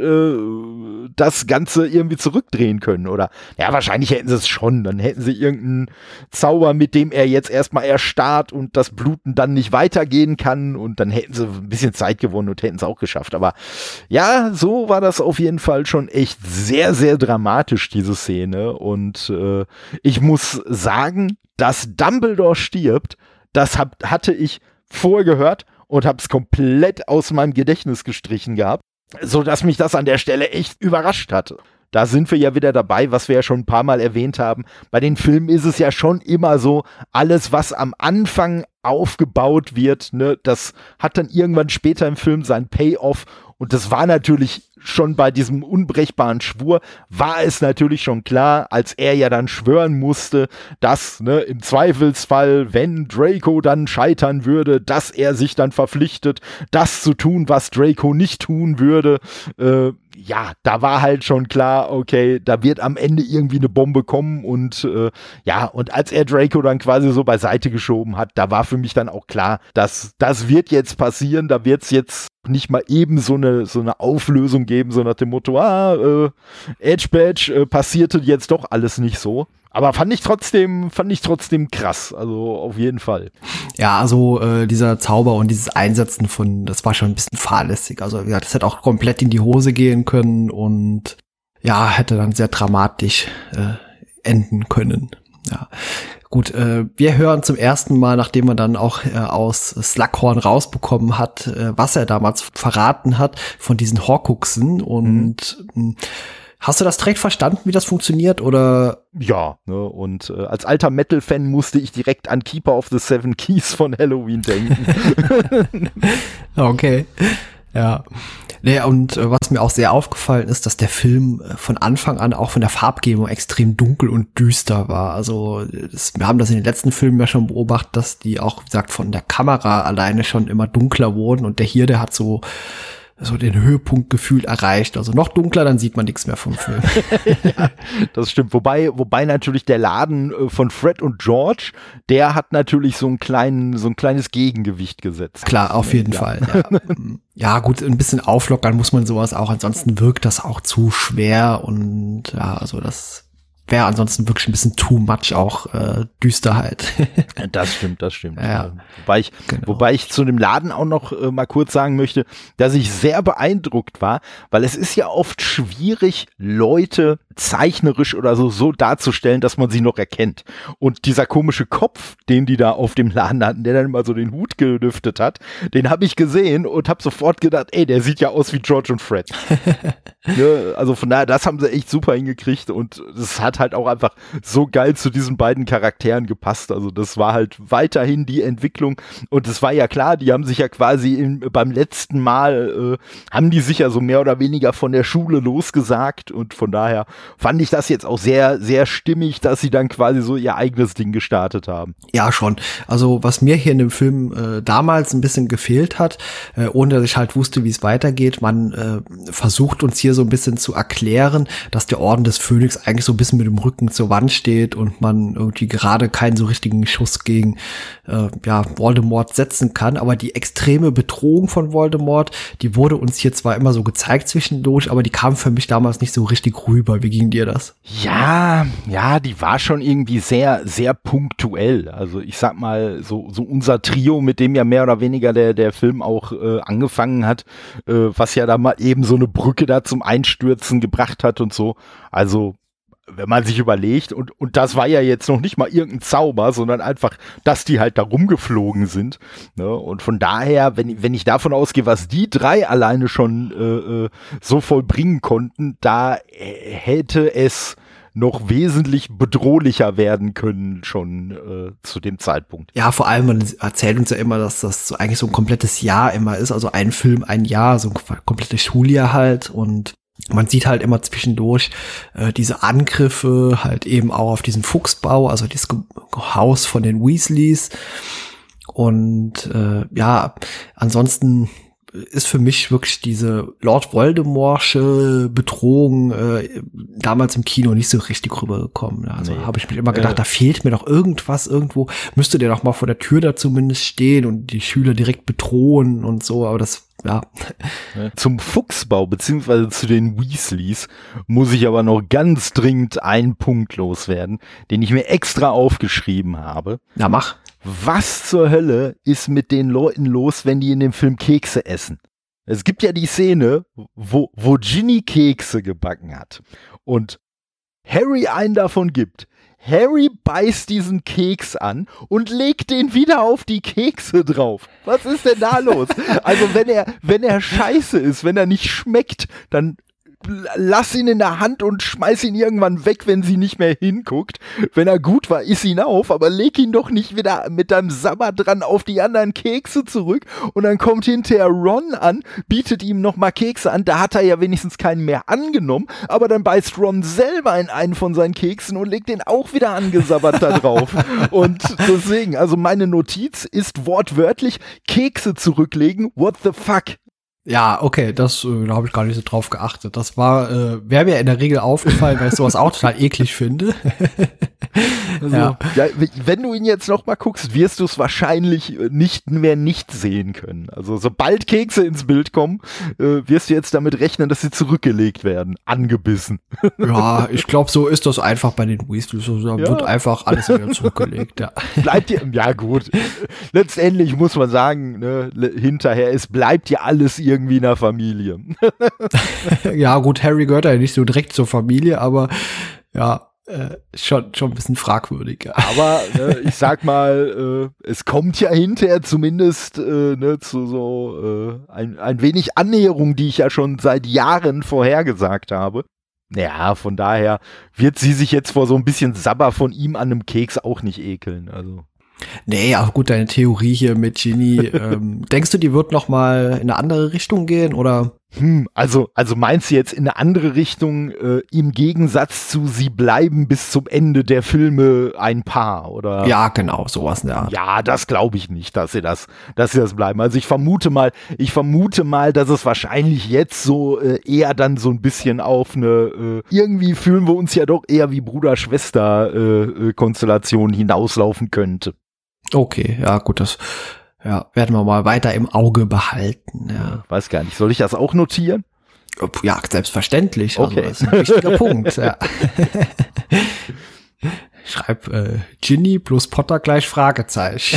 A: das Ganze irgendwie zurückdrehen können. Oder ja, wahrscheinlich hätten sie es schon. Dann hätten sie irgendeinen Zauber, mit dem er jetzt erstmal erstarrt und das Bluten dann nicht weitergehen kann. Und dann hätten sie ein bisschen Zeit gewonnen und hätten es auch geschafft. Aber ja, so war das auf jeden Fall schon echt sehr, sehr dramatisch, diese Szene. Und ich muss sagen, dass Dumbledore stirbt, das hatte ich vorher gehört und habe es komplett aus meinem Gedächtnis gestrichen gehabt, so dass mich das an der Stelle echt überrascht hat. Da sind wir ja wieder dabei, was wir ja schon ein paar Mal erwähnt haben. Bei den Filmen ist es ja schon immer so, alles, was am Anfang aufgebaut wird, ne, das hat dann irgendwann später im Film seinen Payoff. Und das war natürlich schon bei diesem unbrechbaren Schwur, war es natürlich schon klar, als er ja dann schwören musste, dass, ne, im Zweifelsfall, wenn Draco dann scheitern würde, dass er sich dann verpflichtet, das zu tun, was Draco nicht tun würde. Ja, da war halt schon klar, okay, da wird am Ende irgendwie eine Bombe kommen und ja, und als er Draco dann quasi so beiseite geschoben hat, da war für mich dann auch klar, dass das wird jetzt passieren, da wird es jetzt nicht mal eben so eine Auflösung geben, so nach dem Motto, Edge Badge passierte jetzt doch alles nicht so. Aber fand ich trotzdem krass, also auf jeden Fall.
B: Ja, also dieser Zauber und dieses Einsetzen das war schon ein bisschen fahrlässig. Also ja, das hätte auch komplett in die Hose gehen können und ja, hätte dann sehr dramatisch enden können. Ja. Gut, wir hören zum ersten Mal, nachdem man dann auch aus Slughorn rausbekommen hat, was er damals verraten hat von diesen Horcruxen und hast du das direkt verstanden, wie das funktioniert, oder?
A: Ja, ne, und als alter Metal-Fan musste ich direkt an Keeper of the Seven Keys von Halloween denken.
B: Okay, ja. Nee, und was mir auch sehr aufgefallen ist, dass der Film von Anfang an auch von der Farbgebung extrem dunkel und düster war. Also wir haben das in den letzten Filmen ja schon beobachtet, dass die auch, wie gesagt, von der Kamera alleine schon immer dunkler wurden und der hat so den Höhepunkt gefühlt erreicht. Also noch dunkler, dann sieht man nichts mehr vom Film.
A: Ja, das stimmt. Wobei natürlich der Laden von Fred und George, der hat natürlich so ein kleines Gegengewicht gesetzt.
B: Klar, auf jeden Fall. Ja. Ja, gut, ein bisschen auflockern muss man sowas auch. Ansonsten wirkt das auch zu schwer und ja, also das wäre ansonsten wirklich ein bisschen too much auch Düsterheit.
A: Das stimmt.
B: Ja,
A: Wobei ich zu dem Laden auch noch mal kurz sagen möchte, dass ich sehr beeindruckt war, weil es ist ja oft schwierig, Leute zeichnerisch oder so darzustellen, dass man sie noch erkennt. Und dieser komische Kopf, den die da auf dem Laden hatten, der dann immer so den Hut gelüftet hat, den habe ich gesehen und habe sofort gedacht, ey, der sieht ja aus wie George und Fred. Ne? Also von daher, das haben sie echt super hingekriegt und es hat halt auch einfach so geil zu diesen beiden Charakteren gepasst. Also das war halt weiterhin die Entwicklung und es war ja klar, die haben sich ja quasi beim letzten Mal, haben die sich ja so mehr oder weniger von der Schule losgesagt und von daher fand ich das jetzt auch sehr, sehr stimmig, dass sie dann quasi so ihr eigenes Ding gestartet haben.
B: Ja, schon. Also was mir hier in dem Film damals ein bisschen gefehlt hat, ohne dass ich halt wusste, wie es weitergeht, man versucht uns hier so ein bisschen zu erklären, dass der Orden des Phönix eigentlich so ein bisschen mit dem Rücken zur Wand steht und man irgendwie gerade keinen so richtigen Schuss gegen Voldemort setzen kann. Aber die extreme Bedrohung von Voldemort, die wurde uns hier zwar immer so gezeigt zwischendurch, aber die kam für mich damals nicht so richtig rüber. Wie ging dir das?
A: Ja, die war schon irgendwie sehr, sehr punktuell. Also ich sag mal, so unser Trio, mit dem ja mehr oder weniger der Film auch angefangen hat, was ja da mal eben so eine Brücke da zum Einstürzen gebracht hat und so. Also wenn man sich überlegt, und das war ja jetzt noch nicht mal irgendein Zauber, sondern einfach, dass die halt da rumgeflogen sind. Ne? Und von daher, wenn ich davon ausgehe, was die 3 alleine schon so vollbringen konnten, da hätte es noch wesentlich bedrohlicher werden können schon zu dem Zeitpunkt.
B: Ja, vor allem, man erzählt uns ja immer, dass das so eigentlich so ein komplettes Jahr immer ist, also ein Film, ein Jahr, so ein komplettes Schuljahr halt, und man sieht halt immer zwischendurch diese Angriffe halt eben auch auf diesen Fuchsbau, also dieses Haus von den Weasleys. Und ja, ansonsten ist für mich wirklich diese Lord Voldemortsche Bedrohung damals im Kino nicht so richtig rübergekommen. Also habe ich mir immer gedacht, da fehlt mir doch irgendwas irgendwo. Müsste der doch mal vor der Tür da zumindest stehen und die Schüler direkt bedrohen und so, aber das, ja.
A: Zum Fuchsbau beziehungsweise zu den Weasleys muss ich aber noch ganz dringend einen Punkt loswerden, den ich mir extra aufgeschrieben habe.
B: Na, mach.
A: Was zur Hölle ist mit den Leuten los, wenn die in dem Film Kekse essen? Es gibt ja die Szene, wo Ginny Kekse gebacken hat und Harry einen davon gibt. Harry beißt diesen Keks an und legt den wieder auf die Kekse drauf. Was ist denn da los? Also wenn er scheiße ist, wenn er nicht schmeckt, dann lass ihn in der Hand und schmeiß ihn irgendwann weg, wenn sie nicht mehr hinguckt. Wenn er gut war, iss ihn auf, aber leg ihn doch nicht wieder mit deinem Sabber dran auf die anderen Kekse zurück und dann kommt hinterher Ron an, bietet ihm nochmal Kekse an, da hat er ja wenigstens keinen mehr angenommen, aber dann beißt Ron selber in einen von seinen Keksen und legt den auch wieder angesabbert da drauf. Und deswegen, also meine Notiz ist wortwörtlich Kekse zurücklegen, what the fuck?
B: Ja, okay, da habe ich gar nicht so drauf geachtet. Das wäre mir in der Regel aufgefallen, weil ich sowas auch total eklig finde.
A: Also, ja, wenn du ihn jetzt noch mal guckst, wirst du es wahrscheinlich nicht sehen können. Also sobald Kekse ins Bild kommen, wirst du jetzt damit rechnen, dass sie zurückgelegt werden, angebissen.
B: Ja, ich glaube, so ist das einfach bei den Weasleys. Da wird einfach alles wieder zurückgelegt. Ja.
A: Bleibt dir, ja gut, letztendlich muss man sagen, ne, hinterher, es bleibt ja alles irgendwie in der Familie.
B: Ja gut, Harry gehört ja nicht so direkt zur Familie, aber ja, schon ein bisschen fragwürdig. Ja.
A: Aber ich sag mal, es kommt ja hinterher zumindest zu so ein wenig Annäherung, die ich ja schon seit Jahren vorhergesagt habe. Ja, von daher wird sie sich jetzt vor so ein bisschen Sabber von ihm an einem Keks auch nicht ekeln. Also.
B: Nee, auch gut, deine Theorie hier mit Ginny. Denkst du, die wird noch mal in eine andere Richtung gehen, oder?
A: Also meinst du jetzt in eine andere Richtung, im Gegensatz zu sie bleiben bis zum Ende der Filme ein Paar, oder?
B: Ja, genau, sowas in der Art.
A: Ja, das glaube ich nicht, dass sie das bleiben. Also ich vermute mal, dass es wahrscheinlich jetzt so eher dann so ein bisschen auf eine, irgendwie fühlen wir uns ja doch eher wie Bruder-Schwester-Konstellation hinauslaufen könnte.
B: Okay, ja gut, das werden wir mal weiter im Auge behalten. Ja.
A: Weiß gar nicht, soll ich das auch notieren?
B: Ja, selbstverständlich.
A: Okay.
B: Also, das ist ein wichtiger Punkt. Ja. Schreib Ginny plus Potter gleich Fragezeichen.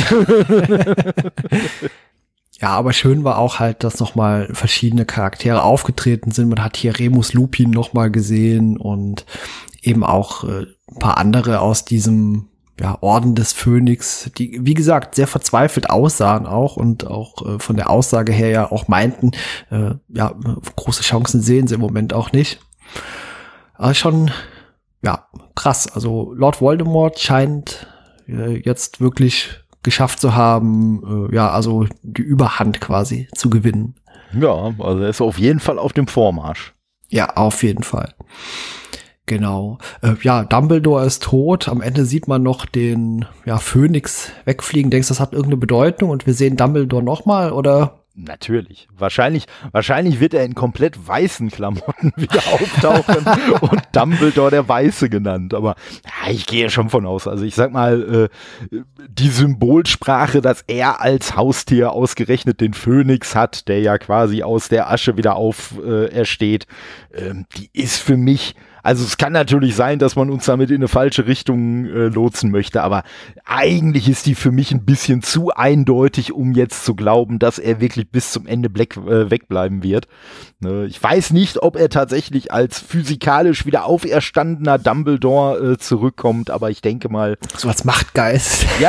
B: Ja, aber schön war auch halt, dass nochmal verschiedene Charaktere aufgetreten sind. Man hat hier Remus Lupin nochmal gesehen und eben auch ein paar andere aus diesem Orden des Phönix, die, wie gesagt, sehr verzweifelt aussahen auch und auch von der Aussage her ja auch meinten, große Chancen sehen sie im Moment auch nicht. Aber schon, krass. Also Lord Voldemort scheint jetzt wirklich geschafft zu haben, also die Überhand quasi zu gewinnen.
A: Ja, also er ist auf jeden Fall auf dem Vormarsch.
B: Ja, auf jeden Fall. Genau. Dumbledore ist tot. Am Ende sieht man noch den Phönix wegfliegen. Denkst du, das hat irgendeine Bedeutung und wir sehen Dumbledore nochmal, oder?
A: Natürlich. Wahrscheinlich wird er in komplett weißen Klamotten wieder auftauchen und Dumbledore der Weiße genannt. Aber ich gehe schon von aus. Also ich sag mal, die Symbolsprache, dass er als Haustier ausgerechnet den Phönix hat, der ja quasi aus der Asche wieder aufersteht, die ist für mich Also es kann natürlich sein, dass man uns damit in eine falsche Richtung lotsen möchte, aber eigentlich ist die für mich ein bisschen zu eindeutig, um jetzt zu glauben, dass er wirklich bis zum Ende wegbleiben wird. Ne? Ich weiß nicht, ob er tatsächlich als physikalisch wieder auferstandener Dumbledore zurückkommt, aber ich denke mal...
B: So als Machtgeist.
A: Ja,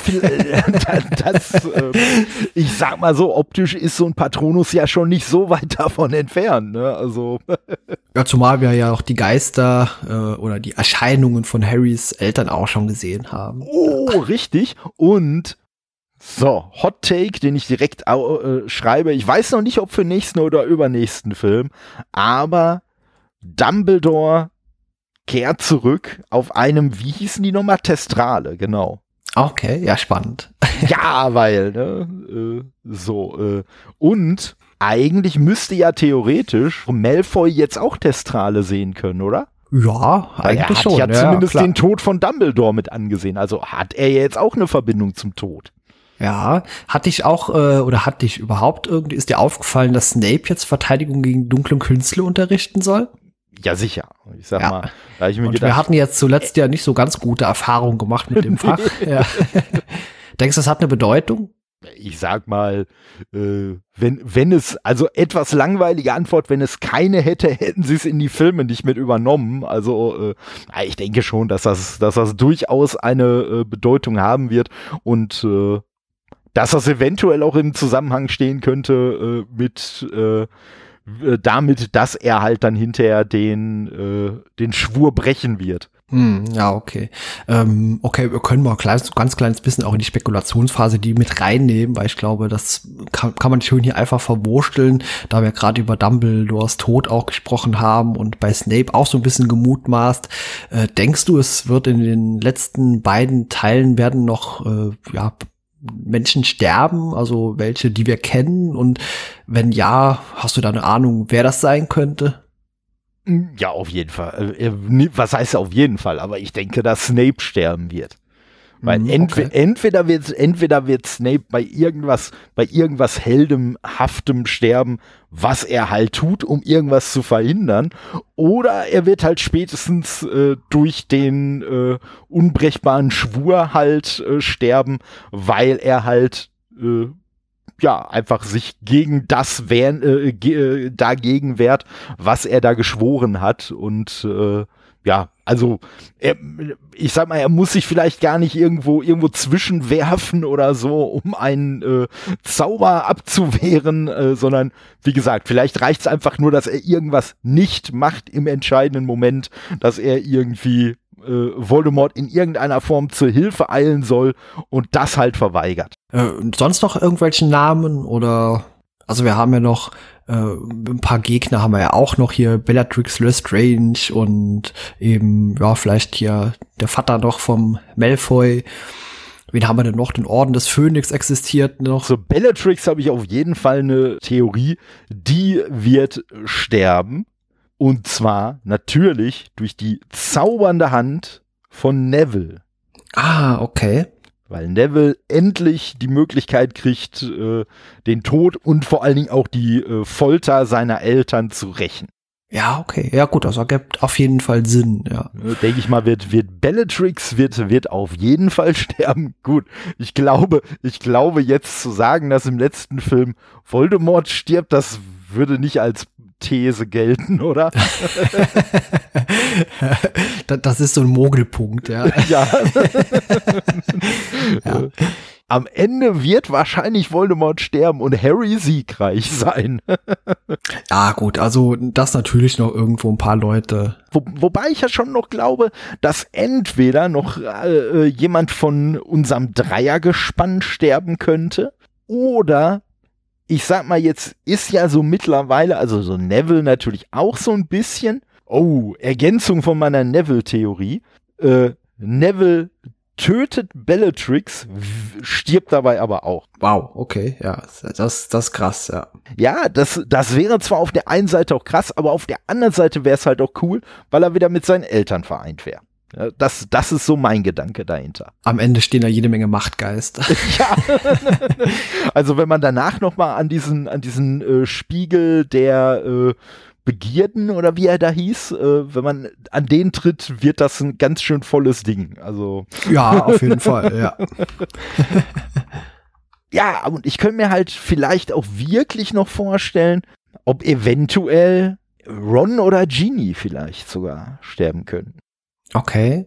A: ich sag mal so, optisch ist so ein Patronus ja schon nicht so weit davon entfernt. Ne? Also
B: ja, zumal wir ja auch die Geister oder die Erscheinungen von Harrys Eltern auch schon gesehen haben.
A: Oh, richtig. Und so, Hot Take, den ich direkt schreibe. Ich weiß noch nicht, ob für nächsten oder übernächsten Film, aber Dumbledore kehrt zurück auf einem, wie hießen die nochmal? Testrale, genau.
B: Okay, ja, spannend.
A: Ja, weil, ne, und eigentlich müsste ja theoretisch Malfoy jetzt auch Testrale sehen können, oder?
B: Ja, eigentlich schon.
A: Er hat ja zumindest den Tod von Dumbledore mit angesehen. Also hat er jetzt auch eine Verbindung zum Tod.
B: Ja, hatte ich auch, oder hatte ich überhaupt irgendwie, ist dir aufgefallen, dass Snape jetzt Verteidigung gegen dunkle Künste unterrichten soll?
A: Ja, sicher. Ich sag mal, da hab ich mir
B: und
A: gedacht,
B: wir hatten jetzt zuletzt ja nicht so ganz gute Erfahrungen gemacht mit dem Fach. Ja. Denkst du, das hat eine Bedeutung?
A: Ich sag mal, wenn es, also etwas langweilige Antwort, wenn es keine hätte, hätten sie es in die Filme nicht mit übernommen. Also ich denke schon, dass das durchaus eine Bedeutung haben wird und dass das eventuell auch im Zusammenhang stehen könnte mit damit, dass er halt dann hinterher den Schwur brechen wird.
B: Ja, okay. Okay, wir können mal ganz kleines bisschen auch in die Spekulationsphase die mit reinnehmen, weil ich glaube, das kann man schön hier einfach verwursteln, da wir gerade über Dumbledores Tod auch gesprochen haben und bei Snape auch so ein bisschen gemutmaßt. Denkst du, es wird in den letzten beiden Teilen werden noch Menschen sterben, also welche, die wir kennen? Und wenn ja, hast du da eine Ahnung, wer das sein könnte?
A: Ja, auf jeden Fall. Was heißt auf jeden Fall? Aber ich denke, dass Snape sterben wird. Weil entweder wird Snape bei irgendwas Heldenhaftem sterben, was er halt tut, um irgendwas zu verhindern, oder er wird halt spätestens durch den unbrechbaren Schwur halt sterben, weil er halt einfach sich gegen das dagegen wehrt, was er da geschworen hat. Und also ich sag mal, er muss sich vielleicht gar nicht irgendwo zwischenwerfen oder so, um einen Zauber abzuwehren, sondern wie gesagt, vielleicht reicht es einfach nur, dass er irgendwas nicht macht im entscheidenden Moment, dass er irgendwie Voldemort in irgendeiner Form zur Hilfe eilen soll und das halt verweigert.
B: Sonst noch irgendwelche Namen oder, also wir haben ja noch ein paar Gegner haben wir ja auch noch hier, Bellatrix Lestrange und eben, vielleicht hier der Vater noch vom Malfoy. Wen haben wir denn noch? Den Orden des Phönix existiert noch.
A: So, Bellatrix habe ich auf jeden Fall eine Theorie, die wird sterben. Und zwar natürlich durch die zaubernde Hand von Neville.
B: Ah, okay.
A: Weil Neville endlich die Möglichkeit kriegt, den Tod und vor allen Dingen auch die Folter seiner Eltern zu rächen.
B: Ja, okay. Ja gut, das ergibt auf jeden Fall Sinn, ja.
A: Denke ich mal, wird Bellatrix wird auf jeden Fall sterben. Gut, ich glaube jetzt zu sagen, dass im letzten Film Voldemort stirbt, das würde nicht als These gelten, oder?
B: Das ist so ein Mogelpunkt, ja.
A: Ja. Ja. Am Ende wird wahrscheinlich Voldemort sterben und Harry siegreich sein.
B: Ja, gut, also das natürlich noch irgendwo ein paar Leute.
A: Wobei ich ja schon noch glaube, dass entweder noch jemand von unserem Dreiergespann sterben könnte oder ich sag mal, jetzt ist ja so mittlerweile, also so Neville natürlich auch so ein bisschen. Oh, Ergänzung von meiner Neville-Theorie. Neville tötet Bellatrix, stirbt dabei aber auch.
B: Wow, okay, ja, das ist krass, ja.
A: Ja, das wäre zwar auf der einen Seite auch krass, aber auf der anderen Seite wäre es halt auch cool, weil er wieder mit seinen Eltern vereint wäre. Ja, das ist so mein Gedanke dahinter.
B: Am Ende stehen da jede Menge Machtgeister.
A: Ja. Also wenn man danach noch mal an diesen Spiegel, der Begierden oder wie er da hieß, wenn man an den tritt, wird das ein ganz schön volles Ding. Also
B: ja, auf jeden Fall, ja.
A: Ja, und ich könnte mir halt vielleicht auch wirklich noch vorstellen, ob eventuell Ron oder Ginny vielleicht sogar sterben können.
B: Okay.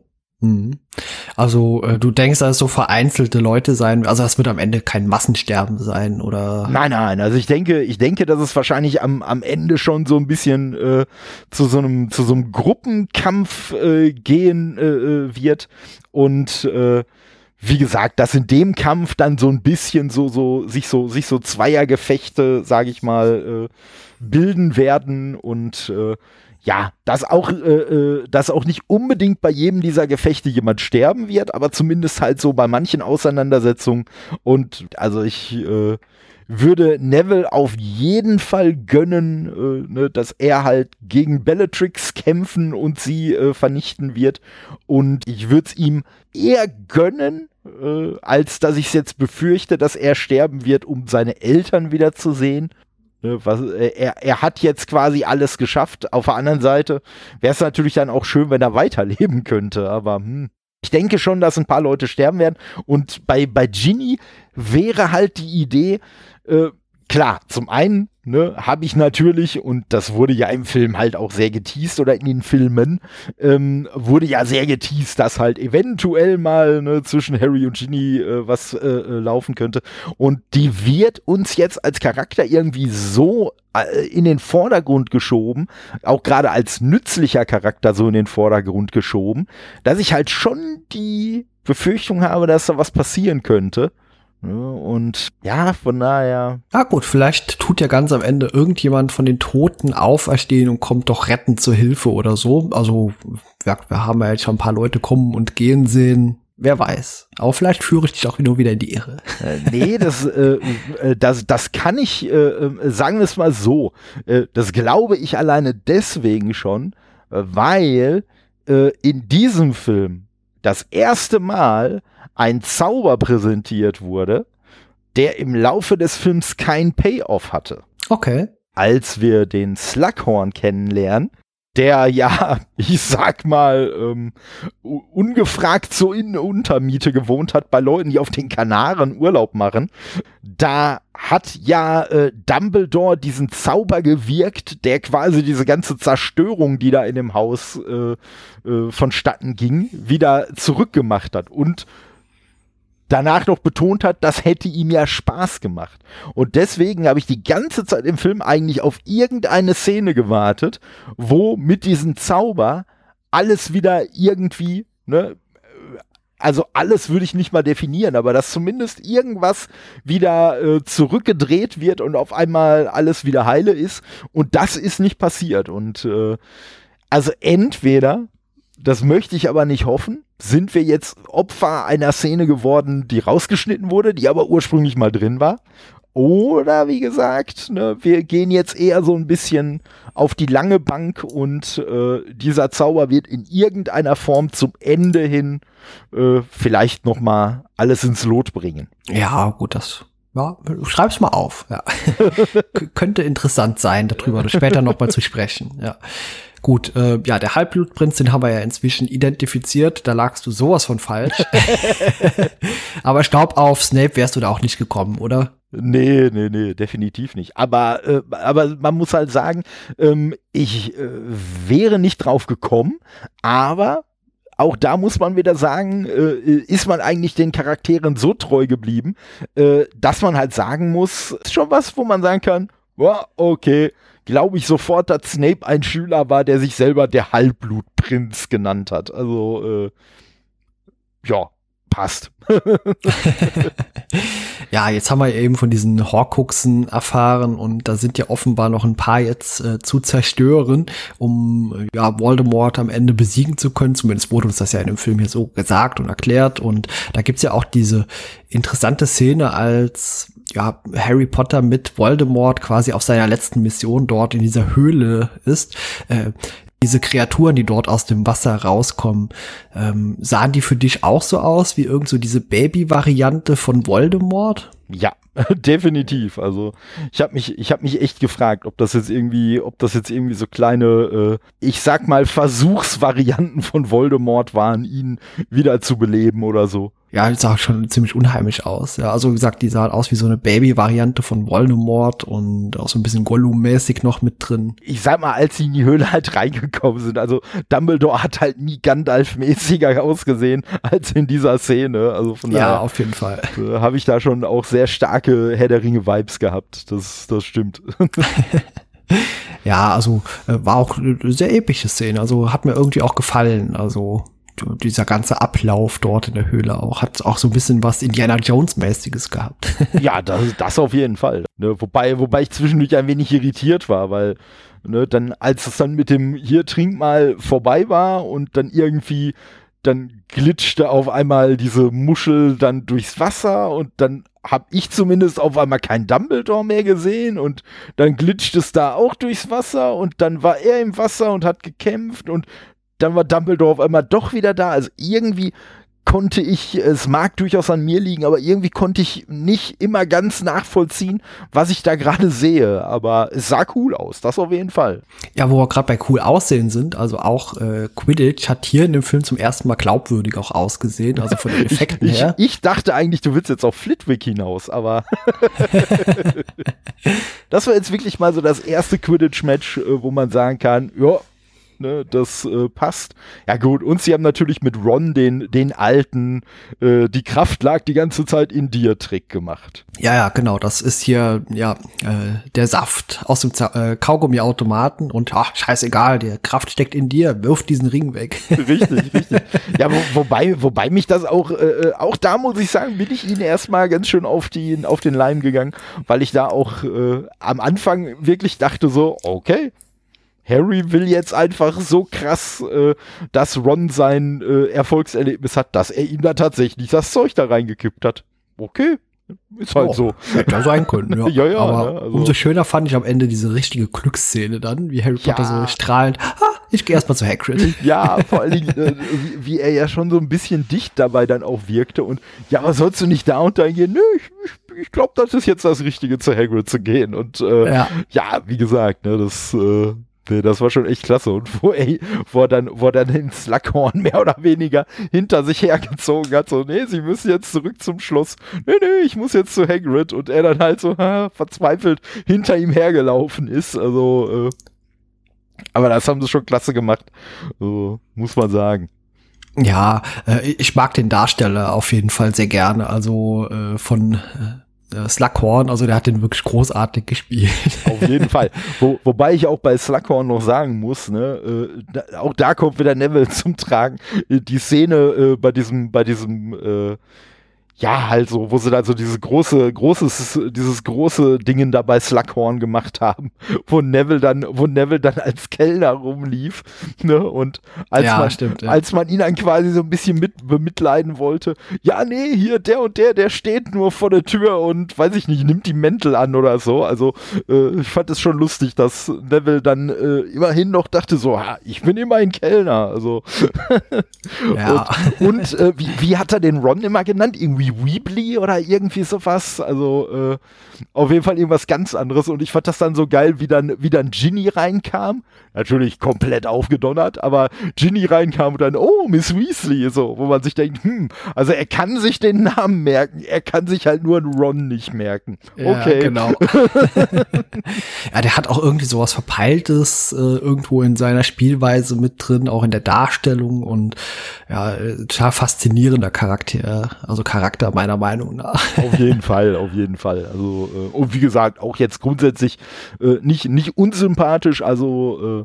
B: Also du denkst, dass es so vereinzelte Leute sein, also es wird am Ende kein Massensterben sein, oder?
A: Nein, also ich denke, dass es wahrscheinlich am Ende schon so ein bisschen zu so einem Gruppenkampf gehen wird und wie gesagt, dass in dem Kampf dann so ein bisschen sich so Zweiergefechte, sage ich mal, bilden werden und ja, dass auch nicht unbedingt bei jedem dieser Gefechte jemand sterben wird, aber zumindest halt so bei manchen Auseinandersetzungen. Und also ich würde Neville auf jeden Fall gönnen, ne, dass er halt gegen Bellatrix kämpfen und sie vernichten wird. Und ich würde es ihm eher gönnen, als dass ich es jetzt befürchte, dass er sterben wird, um seine Eltern wiederzusehen. Er hat jetzt quasi alles geschafft. Auf der anderen Seite wäre es natürlich dann auch schön, wenn er weiterleben könnte. Aber ich denke schon, dass ein paar Leute sterben werden. Und bei Ginny wäre halt die Idee, klar, zum einen habe ich natürlich, und das wurde ja im Film halt auch sehr geteased, oder in den Filmen, wurde ja sehr geteased, dass halt eventuell mal zwischen Harry und Ginny was laufen könnte. Und die wird uns jetzt als Charakter irgendwie so in den Vordergrund geschoben, auch gerade als nützlicher Charakter so in den Vordergrund geschoben, dass ich halt schon die Befürchtung habe, dass da was passieren könnte. Und ja, von daher.
B: Ah gut, vielleicht tut ja ganz am Ende irgendjemand von den Toten auferstehen und kommt doch rettend zur Hilfe oder so. Also wir haben ja jetzt schon ein paar Leute kommen und gehen sehen. Wer weiß. Aber vielleicht führe ich dich auch nur wieder in die Irre.
A: Nee, das kann ich, sagen wir es mal so, das glaube ich alleine deswegen schon, weil in diesem Film das erste Mal ein Zauber präsentiert wurde, der im Laufe des Films kein Payoff hatte.
B: Okay.
A: Als wir den Slughorn kennenlernen, der ja, ich sag mal, ungefragt so in Untermiete gewohnt hat bei Leuten, die auf den Kanaren Urlaub machen, da hat ja Dumbledore diesen Zauber gewirkt, der quasi diese ganze Zerstörung, die da in dem Haus vonstatten ging, wieder zurückgemacht hat und danach noch betont hat, das hätte ihm ja Spaß gemacht. Und deswegen habe ich die ganze Zeit im Film eigentlich auf irgendeine Szene gewartet, wo mit diesem Zauber alles wieder irgendwie, also alles würde ich nicht mal definieren, aber dass zumindest irgendwas wieder zurückgedreht wird und auf einmal alles wieder heile ist. Und das ist nicht passiert. Und also entweder, das möchte ich aber nicht hoffen, sind wir jetzt Opfer einer Szene geworden, die rausgeschnitten wurde, die aber ursprünglich mal drin war. Oder wie gesagt, wir gehen jetzt eher so ein bisschen auf die lange Bank und dieser Zauber wird in irgendeiner Form zum Ende hin vielleicht noch mal alles ins Lot bringen.
B: Ja, gut, schreib's mal auf. Ja. Könnte interessant sein, darüber später noch mal zu sprechen. Ja. Gut, ja, der Halbblutprinz, den haben wir ja inzwischen identifiziert. Da lagst du sowas von falsch. Aber ich glaube, auf Snape wärst du da auch nicht gekommen, oder?
A: Nee, definitiv nicht. Aber man muss halt sagen, ich wäre nicht drauf gekommen, aber auch da muss man wieder sagen, ist man eigentlich den Charakteren so treu geblieben, dass man halt sagen muss, ist schon was, wo man sagen kann, ja, okay, glaube ich sofort, dass Snape ein Schüler war, der sich selber der Halbblutprinz genannt hat. Also, ja, passt.
B: Ja, jetzt haben wir eben von diesen Horcruxen erfahren und da sind ja offenbar noch ein paar jetzt zu zerstören, um ja Voldemort am Ende besiegen zu können. Zumindest wurde uns das ja in dem Film hier so gesagt und erklärt. Und da gibt's ja auch diese interessante Szene, als ja Harry Potter mit Voldemort quasi auf seiner letzten Mission dort in dieser Höhle ist. Diese Kreaturen, die dort aus dem Wasser rauskommen, sahen die für dich auch so aus wie irgend so diese Baby-Variante von Voldemort?
A: Ja, Definitiv. Also ich habe mich echt gefragt, ob das jetzt irgendwie so kleine, ich sag mal Versuchsvarianten von Voldemort waren, ihn wieder zu beleben oder so.
B: Ja, die sah schon ziemlich unheimlich aus. Ja, also wie gesagt, die sah aus wie so eine Baby-Variante von Voldemort und auch so ein bisschen Gollum-mäßig noch mit drin.
A: Ich sag mal, als sie in die Höhle halt reingekommen sind, also Dumbledore hat halt nie Gandalf-mäßiger ausgesehen als in dieser Szene. Also von daher,
B: auf jeden Fall.
A: Habe ich da schon auch sehr starke Herr der Ringe-Vibes gehabt. Das stimmt.
B: Ja, also war auch eine sehr epische Szene. Also hat mir irgendwie auch gefallen. Also dieser ganze Ablauf dort in der Höhle auch, hat auch so ein bisschen was Indiana Jones-mäßiges gehabt.
A: Ja, das auf jeden Fall. Ne? Wobei ich zwischendurch ein wenig irritiert war, weil dann, als es dann mit dem hier trink mal vorbei war und dann irgendwie, dann glitschte auf einmal diese Muschel dann durchs Wasser und dann habe ich zumindest auf einmal kein Dumbledore mehr gesehen und dann glitscht es da auch durchs Wasser und dann war er im Wasser und hat gekämpft und dann war Dumbledore auf einmal doch wieder da. Also irgendwie konnte ich, es mag durchaus an mir liegen, aber irgendwie konnte ich nicht immer ganz nachvollziehen, was ich da gerade sehe. Aber es sah cool aus, das auf jeden Fall.
B: Ja, wo wir gerade bei cool aussehen sind, also auch Quidditch hat hier in dem Film zum ersten Mal glaubwürdig auch ausgesehen, also von den Effekten her.
A: Ich dachte eigentlich, du willst jetzt auf Flitwick hinaus, aber das war jetzt wirklich mal so das erste Quidditch-Match, wo man sagen kann, ja, ne, das passt. Ja gut, und sie haben natürlich mit Ron den alten, die Kraft lag die ganze Zeit in dir Trick gemacht.
B: Ja, genau, das ist hier, der Saft aus dem Kaugummi-Automaten und scheißegal, die Kraft steckt in dir, wirf diesen Ring weg.
A: Richtig. Ja, wobei mich das auch da muss ich sagen, bin ich ihnen erstmal ganz schön auf den Leim gegangen, weil ich da auch am Anfang wirklich dachte so, okay, Harry will jetzt einfach so krass, dass Ron sein Erfolgserlebnis hat, dass er ihm da tatsächlich das Zeug da reingekippt hat. Okay, ist halt so.
B: Hätte ja sein können, ja.
A: Ja,
B: aber
A: ne, also.
B: Umso schöner fand ich am Ende diese richtige Glücksszene dann, wie Harry Potter so strahlend, ich gehe erstmal zu Hagrid.
A: Ja, vor allen Dingen, wie er ja schon so ein bisschen dicht dabei dann auch wirkte und ja, aber sollst du nicht da und da gehen? Nö, ich glaube, das ist jetzt das Richtige, zu Hagrid zu gehen und ja, wie gesagt, ne, das war schon echt klasse. Und wo er dann den Slughorn mehr oder weniger hinter sich hergezogen hat, so, nee, sie müssen jetzt zurück zum Schloss. Nee, ich muss jetzt zu Hagrid. Und er dann halt so verzweifelt hinter ihm hergelaufen ist. Also, aber das haben sie schon klasse gemacht. So, muss man sagen.
B: Ja, ich mag den Darsteller auf jeden Fall sehr gerne. Also von Slughorn, also der hat den wirklich großartig gespielt.
A: Auf jeden Fall. Wobei ich auch bei Slughorn noch sagen muss, ne, auch da kommt wieder Neville zum Tragen. Die Szene bei diesem ja, halt so, wo sie da so dieses große Dingen da bei Slughorn gemacht haben, wo Neville dann als Kellner rumlief, ne, und als man ihn dann quasi so ein bisschen bemitleiden wollte, ja, nee, hier, der und der steht nur vor der Tür und, weiß ich nicht, nimmt die Mäntel an oder so, also, ich fand es schon lustig, dass Neville dann immerhin noch dachte so, ich bin immerhin Kellner, also,
B: ja.
A: und wie hat er den Ron immer genannt? Irgendwie Weebly oder irgendwie sowas. Also auf jeden Fall irgendwas ganz anderes. Und ich fand das dann so geil, wie dann Ginny reinkam. Natürlich komplett aufgedonnert, aber Ginny reinkam und dann, oh, Miss Weasley, so, wo man sich denkt, also er kann sich den Namen merken, er kann sich halt nur einen Ron nicht merken. Okay.
B: Ja, genau. Ja, der hat auch irgendwie sowas Verpeiltes irgendwo in seiner Spielweise mit drin, auch in der Darstellung und ja, total faszinierender Charakter meiner Meinung nach.
A: Auf jeden Fall. Also, und wie gesagt, auch jetzt grundsätzlich nicht unsympathisch, also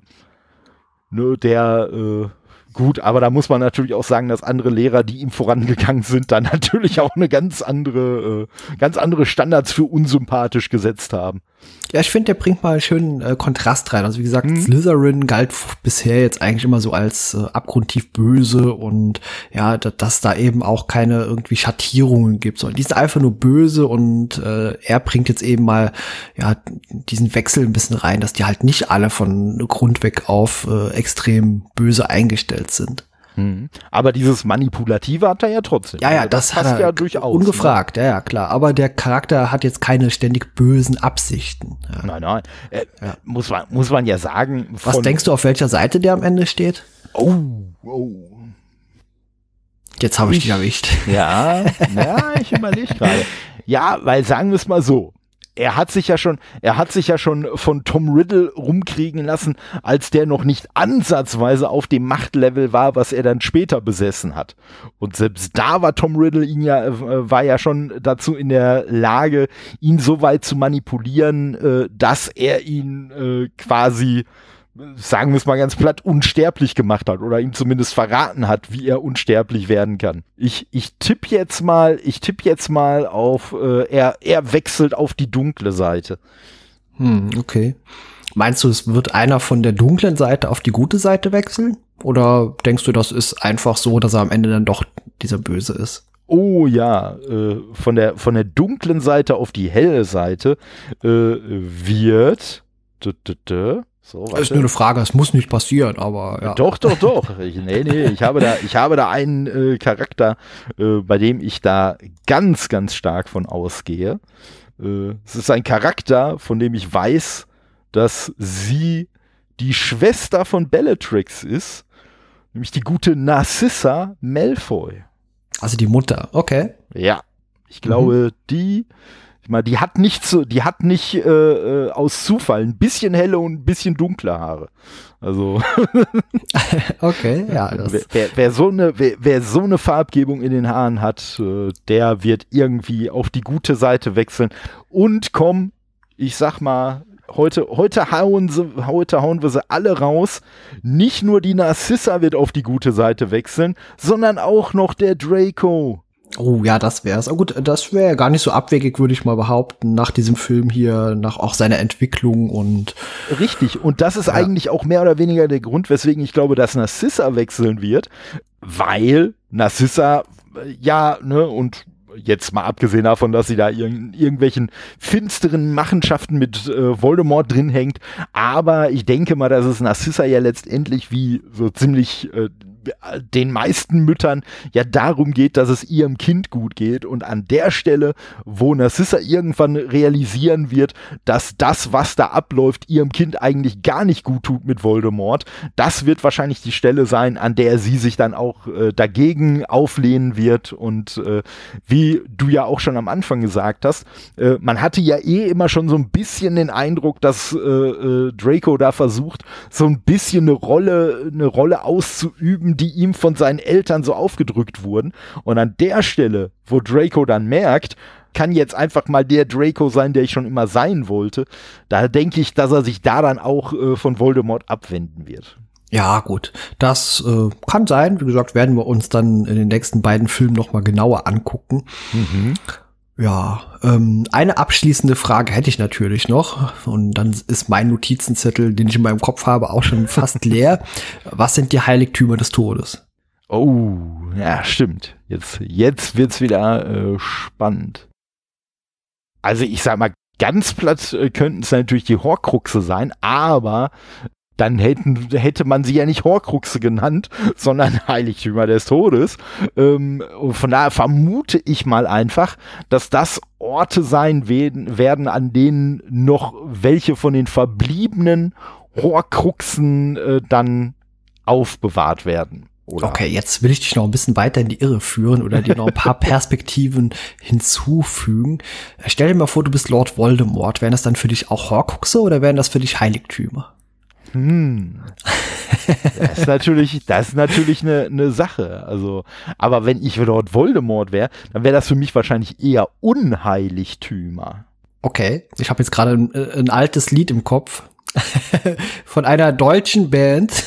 A: gut, aber da muss man natürlich auch sagen, dass andere Lehrer, die ihm vorangegangen sind, dann natürlich auch eine ganz andere Standards für unsympathisch gesetzt haben.
B: Ja, ich finde, der bringt mal einen schönen Kontrast rein. Also wie gesagt, Slytherin galt bisher jetzt eigentlich immer so als abgrundtief böse und ja, dass da eben auch keine irgendwie Schattierungen gibt, sondern die sind einfach nur böse und er bringt jetzt eben mal ja diesen Wechsel ein bisschen rein, dass die halt nicht alle von Grund weg auf extrem böse eingestellt sind.
A: Aber dieses Manipulative hat er ja trotzdem.
B: Ja, das hat er
A: ja durchaus.
B: Ungefragt, ne? Ja, klar. Aber der Charakter hat jetzt keine ständig bösen Absichten. Ja.
A: Nein. Muss man ja sagen.
B: Was denkst du, auf welcher Seite der am Ende steht?
A: Oh.
B: Jetzt habe ich dich erwischt.
A: Ja, ich überlege gerade. Ja, weil sagen wir es mal so. Er hat sich ja schon von Tom Riddle rumkriegen lassen, als der noch nicht ansatzweise auf dem Machtlevel war, was er dann später besessen hat. Und selbst da war Tom Riddle war ja schon dazu in der Lage, ihn so weit zu manipulieren, dass er ihn quasi, sagen wir es mal ganz platt, unsterblich gemacht hat oder ihm zumindest verraten hat, wie er unsterblich werden kann. Ich tippe jetzt mal auf, er wechselt auf die dunkle Seite.
B: Okay. Meinst du, es wird einer von der dunklen Seite auf die gute Seite wechseln? Oder denkst du, das ist einfach so, dass er am Ende dann doch dieser Böse ist?
A: Oh ja, von der dunklen Seite auf die helle Seite wird so,
B: das ist nur eine Frage, es muss nicht passieren, aber ja.
A: Doch. Ich habe da einen Charakter, bei dem ich da ganz, ganz stark von ausgehe. Es ist ein Charakter, von dem ich weiß, dass sie die Schwester von Bellatrix ist, nämlich die gute Narcissa Malfoy.
B: Also die Mutter, okay.
A: Ja, ich glaube, die hat nicht aus Zufall ein bisschen helle und ein bisschen dunkle Haare. Also
B: okay, ja.
A: Wer so eine Farbgebung in den Haaren hat, der wird irgendwie auf die gute Seite wechseln. Und komm, ich sag mal, heute hauen wir sie alle raus. Nicht nur die Narcissa wird auf die gute Seite wechseln, sondern auch noch der Draco.
B: Oh ja, das wär's. Aber gut, das wäre gar nicht so abwegig, würde ich mal behaupten, nach diesem Film hier, nach auch seiner Entwicklung und.
A: Richtig, und das ist eigentlich auch mehr oder weniger der Grund, weswegen ich glaube, dass Narcissa wechseln wird, weil Narcissa, und jetzt mal abgesehen davon, dass sie da irgendwelchen finsteren Machenschaften mit Voldemort drin hängt, aber ich denke mal, dass es Narcissa ja letztendlich wie so ziemlich den meisten Müttern ja darum geht, dass es ihrem Kind gut geht, und an der Stelle, wo Narcissa irgendwann realisieren wird, dass das, was da abläuft, ihrem Kind eigentlich gar nicht gut tut mit Voldemort, das wird wahrscheinlich die Stelle sein, an der sie sich dann auch dagegen auflehnen wird, und wie du ja auch schon am Anfang gesagt hast, man hatte ja immer schon so ein bisschen den Eindruck, dass Draco da versucht, so ein bisschen eine Rolle auszuüben, die ihm von seinen Eltern so aufgedrückt wurden. Und an der Stelle, wo Draco dann merkt, kann jetzt einfach mal der Draco sein, der ich schon immer sein wollte, da denke ich, dass er sich da dann auch von Voldemort abwenden wird.
B: Ja, gut. Das kann sein. Wie gesagt, werden wir uns dann in den nächsten beiden Filmen noch mal genauer angucken. Ja, eine abschließende Frage hätte ich natürlich noch, und dann ist mein Notizenzettel, den ich in meinem Kopf habe, auch schon fast leer. Was sind die Heiligtümer des Todes?
A: Oh, ja, stimmt. Jetzt wird's wieder spannend. Also ich sag mal, ganz platt könnten es natürlich die Horcruxe sein, aber dann hätte man sie ja nicht Horcruxe genannt, sondern Heiligtümer des Todes. Und von daher vermute ich mal einfach, dass das Orte sein werden, an denen noch welche von den verbliebenen Horcruxen dann aufbewahrt werden. Oder?
B: Okay, jetzt will ich dich noch ein bisschen weiter in die Irre führen oder dir noch ein paar Perspektiven hinzufügen. Stell dir mal vor, du bist Lord Voldemort. Wären das dann für dich auch Horcruxe oder wären das für dich Heiligtümer?
A: Das ist natürlich eine Sache. Also, aber wenn ich Lord Voldemort wäre, dann wäre das für mich wahrscheinlich eher Unheiligtümer.
B: Okay, ich habe jetzt gerade ein altes Lied im Kopf von einer deutschen Band.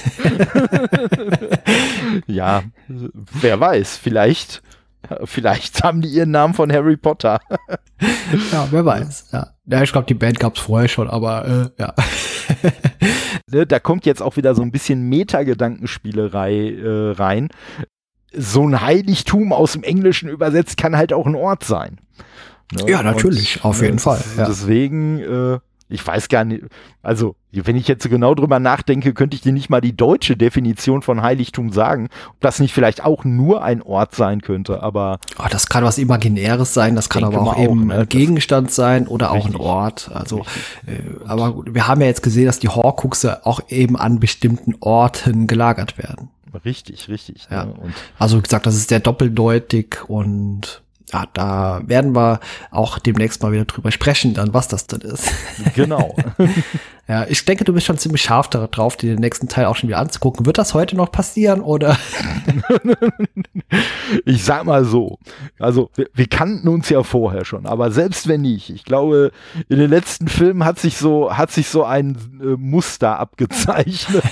A: Ja, wer weiß, vielleicht haben die ihren Namen von Harry Potter.
B: Ja, wer weiß. Ja, ich glaube, die Band gab es vorher schon, aber ja.
A: Da kommt jetzt auch wieder so ein bisschen Meta-Gedankenspielerei rein. So ein Heiligtum aus dem Englischen übersetzt kann halt auch ein Ort sein. Ne?
B: Ja, natürlich, auf jeden Fall. Ja.
A: Deswegen, ich weiß gar nicht, also wenn ich jetzt so genau drüber nachdenke, könnte ich dir nicht mal die deutsche Definition von Heiligtum sagen, ob das nicht vielleicht auch nur ein Ort sein könnte, aber
B: das kann was Imaginäres sein, das kann aber auch eben ein Gegenstand sein oder auch ein Ort. Also, aber gut, wir haben ja jetzt gesehen, dass die Horcruxe auch eben an bestimmten Orten gelagert werden.
A: Richtig.
B: Ja.
A: Ne? Und
B: also wie gesagt, das ist sehr doppeldeutig und ja, da werden wir auch demnächst mal wieder drüber sprechen, dann was das denn ist.
A: Genau.
B: Ja, ich denke, du bist schon ziemlich scharf darauf, dir den nächsten Teil auch schon wieder anzugucken. Wird das heute noch passieren, oder?
A: Ich sag mal so, also wir kannten uns ja vorher schon, aber selbst wenn nicht, ich glaube, in den letzten Filmen hat sich so ein Muster abgezeichnet.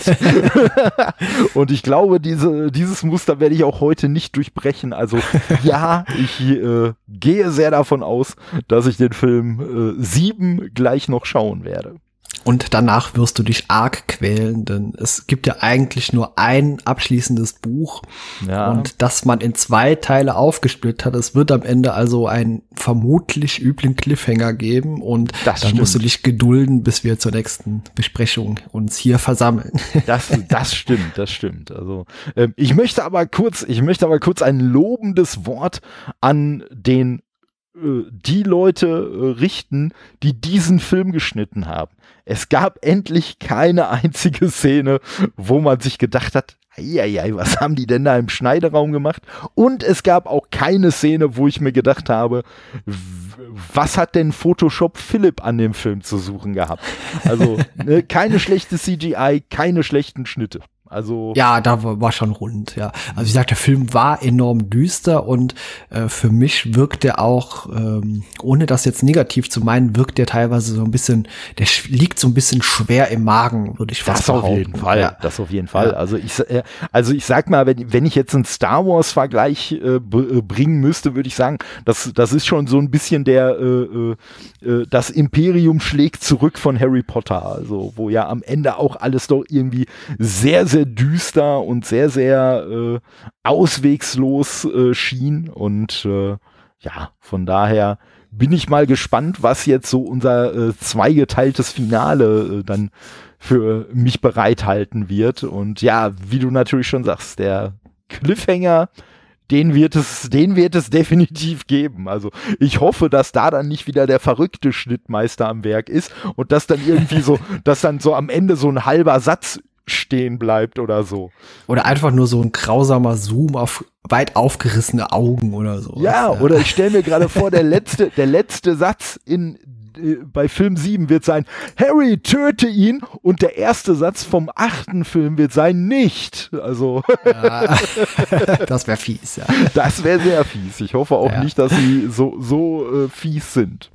A: Und ich glaube, dieses Muster werde ich auch heute nicht durchbrechen. Also ja, ich gehe sehr davon aus, dass ich den Film 7 gleich noch schauen werde.
B: Und danach wirst du dich arg quälen, denn es gibt ja eigentlich nur ein abschließendes Buch und das man in 2 Teile aufgesplittet hat. Es wird am Ende also einen vermutlich üblen Cliffhanger geben und dann musst du dich gedulden, bis wir zur nächsten Besprechung uns hier versammeln.
A: Das stimmt. Also ich möchte aber kurz ein lobendes Wort an die Leute richten, die diesen Film geschnitten haben. Es gab endlich keine einzige Szene, wo man sich gedacht hat, was haben die denn da im Schneideraum gemacht? Und es gab auch keine Szene, wo ich mir gedacht habe, was hat denn Photoshop Philipp an dem Film zu suchen gehabt? Also keine schlechte CGI, keine schlechten Schnitte. Also
B: ja, da war schon rund, ja. Also wie gesagt, der Film war enorm düster und für mich wirkt er auch, ohne das jetzt negativ zu meinen, wirkt der teilweise so ein bisschen, der liegt so ein bisschen schwer im Magen, würde ich fast behaupten.
A: Das auf jeden Fall. Ja. Also ich sag mal, wenn ich jetzt einen Star Wars Vergleich bringen müsste, würde ich sagen, das ist schon so ein bisschen das Imperium schlägt zurück von Harry Potter, also wo ja am Ende auch alles doch irgendwie sehr, sehr düster und sehr, sehr auswegslos schien und von daher bin ich mal gespannt, was jetzt so unser zweigeteiltes Finale dann für mich bereithalten wird und ja, wie du natürlich schon sagst, der Cliffhanger, den wird es definitiv geben. Also ich hoffe, dass da dann nicht wieder der verrückte Schnittmeister am Werk ist und dass dann irgendwie dass dann so am Ende so ein halber Satz stehen bleibt oder so.
B: Oder einfach nur so ein grausamer Zoom auf weit aufgerissene Augen oder so.
A: Ja, oder ich stelle mir gerade vor, der letzte Satz bei Film 7 wird sein, Harry, töte ihn, und der erste Satz vom 8. Film wird sein, nicht. Also
B: ja, das wäre fies, ja.
A: Das wäre sehr fies. Ich hoffe auch nicht, dass sie so fies sind.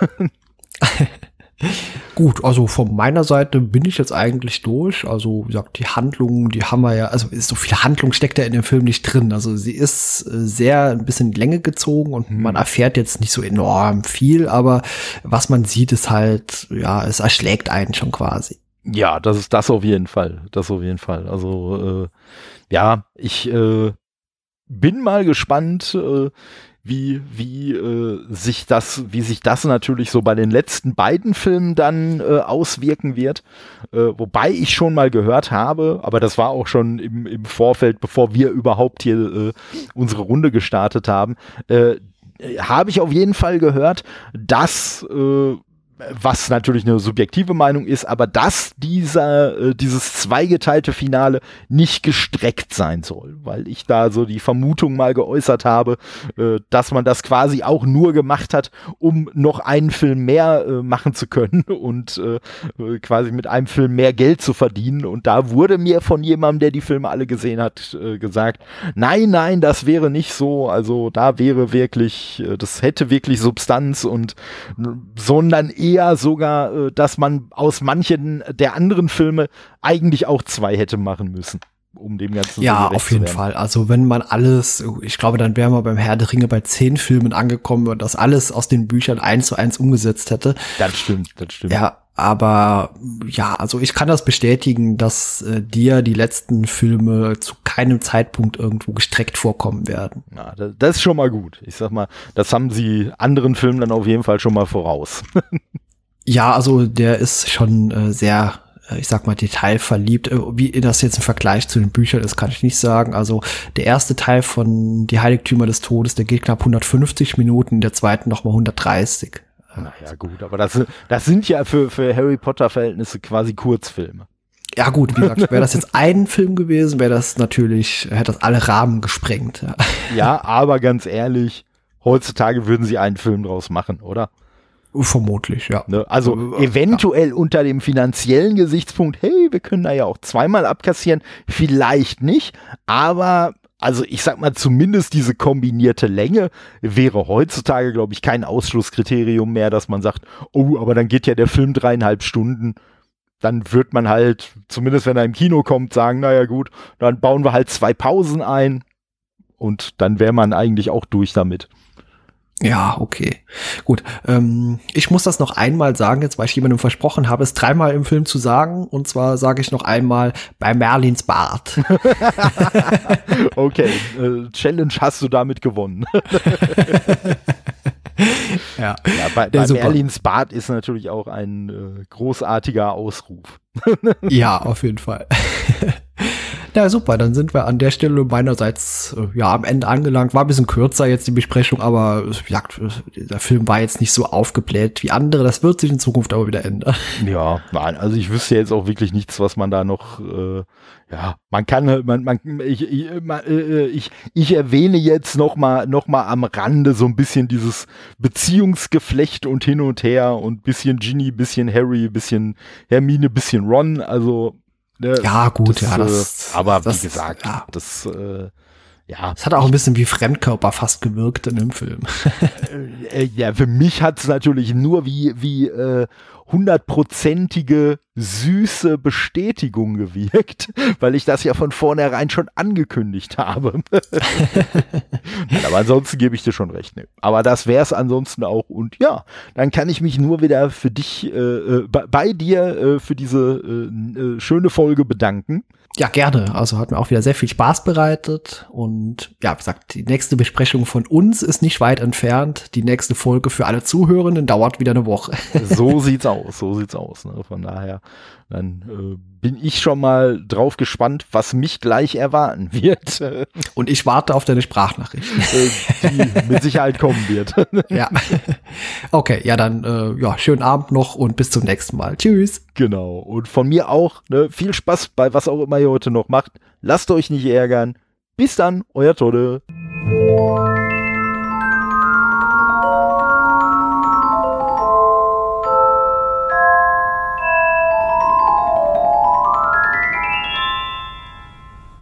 B: Gut, also von meiner Seite bin ich jetzt eigentlich durch. Also, wie gesagt, die Handlung, die haben wir ja, also so viel Handlung steckt ja in dem Film nicht drin. Also sie ist sehr ein bisschen in die Länge gezogen und man erfährt jetzt nicht so enorm viel, aber was man sieht, ist halt, ja, es erschlägt einen schon quasi.
A: Ja, das ist das auf jeden Fall. Also, ich bin mal gespannt, wie sich das natürlich so bei den letzten beiden Filmen dann auswirken wird. Wobei ich schon mal gehört habe, aber das war auch schon im Vorfeld, bevor wir überhaupt hier unsere Runde gestartet haben, habe ich auf jeden Fall gehört, dass was natürlich eine subjektive Meinung ist, aber dass dieses zweigeteilte Finale nicht gestreckt sein soll, weil ich da so die Vermutung mal geäußert habe, dass man das quasi auch nur gemacht hat, um noch einen Film mehr machen zu können und quasi mit einem Film mehr Geld zu verdienen, und da wurde mir von jemandem, der die Filme alle gesehen hat, gesagt, nein, das wäre nicht so, also da wäre wirklich, das hätte wirklich Substanz und sondern eher sogar, dass man aus manchen der anderen Filme eigentlich auch 2 hätte machen müssen, um dem Ganzen
B: ja, auf jeden Fall. Also wenn man alles, ich glaube, dann wären wir beim Herr der Ringe bei 10 Filmen angekommen und das alles aus den Büchern 1:1 umgesetzt hätte.
A: Das stimmt.
B: Ja, aber ja, also ich kann das bestätigen, dass dir die letzten Filme zu keinem Zeitpunkt irgendwo gestreckt vorkommen werden.
A: Ja, das ist schon mal gut. Ich sag mal, das haben sie anderen Filmen dann auf jeden Fall schon mal voraus.
B: Ja, also der ist schon sehr, ich sag mal, detailverliebt. Wie das jetzt im Vergleich zu den Büchern ist, kann ich nicht sagen. Also der erste Teil von Die Heiligtümer des Todes, der geht knapp 150 Minuten, der zweite nochmal 130.
A: Naja, gut, aber das sind ja für Harry Potter-Verhältnisse quasi Kurzfilme.
B: Ja gut, wie gesagt, wäre das jetzt ein Film gewesen, wäre das natürlich, hätte das alle Rahmen gesprengt. Ja.
A: Ja, aber ganz ehrlich, heutzutage würden sie einen Film draus machen, oder?
B: Vermutlich, ja.
A: Ne? Also eventuell unter dem finanziellen Gesichtspunkt, hey, wir können da ja auch zweimal abkassieren, vielleicht nicht, aber also ich sag mal, zumindest diese kombinierte Länge wäre heutzutage, glaube ich, kein Ausschlusskriterium mehr, dass man sagt, oh, aber dann geht ja der Film 3,5 Stunden. Dann wird man halt, zumindest wenn er im Kino kommt, sagen, naja gut, dann bauen wir halt 2 Pausen ein und dann wäre man eigentlich auch durch damit.
B: Ja, okay. Gut. Ich muss das noch einmal sagen, jetzt weil ich jemandem versprochen habe, es 3-mal im Film zu sagen. Und zwar sage ich noch einmal bei Merlins Bart.
A: Okay, Challenge hast du damit gewonnen.
B: Ja,
A: bei Merlins Bart ist natürlich auch ein großartiger Ausruf.
B: Ja, auf jeden Fall. Na super, dann sind wir an der Stelle meinerseits am Ende angelangt. War ein bisschen kürzer jetzt die Besprechung, aber ja, der Film war jetzt nicht so aufgebläht wie andere. Das wird sich in Zukunft aber wieder ändern. Ja,
A: nein, also ich wüsste jetzt auch wirklich nichts, was man da noch, man kann, ich erwähne jetzt noch mal am Rande so ein bisschen dieses Beziehungsgeflecht und hin und her und bisschen Ginny, bisschen Harry, bisschen Hermine, bisschen Ron, also
B: ja, gut,
A: aber wie gesagt, das
B: hat auch ein bisschen wie Fremdkörper fast gewirkt in dem Film.
A: Ja, für mich hat es natürlich nur wie 100%ige süße Bestätigung gewirkt, weil ich das ja von vornherein schon angekündigt habe. Nein, aber ansonsten gebe ich dir schon recht. Ne. Aber das wäre es ansonsten auch. Und ja, dann kann ich mich nur wieder für dich, bei dir für diese schöne Folge bedanken.
B: Ja, gerne. Also hat mir auch wieder sehr viel Spaß bereitet. Und ja, wie gesagt, die nächste Besprechung von uns ist nicht weit entfernt. Die nächste Folge für alle Zuhörenden dauert wieder eine Woche.
A: So sieht's aus. Ne? Von daher, dann bin ich schon mal drauf gespannt, was mich gleich erwarten wird.
B: Und ich warte auf deine Sprachnachricht.
A: Die mit Sicherheit kommen wird.
B: Ja. Okay, ja dann schönen Abend noch und bis zum nächsten Mal. Tschüss.
A: Genau. Und von mir auch, ne, viel Spaß bei was auch immer ihr heute noch macht. Lasst euch nicht ärgern. Bis dann, euer Todde.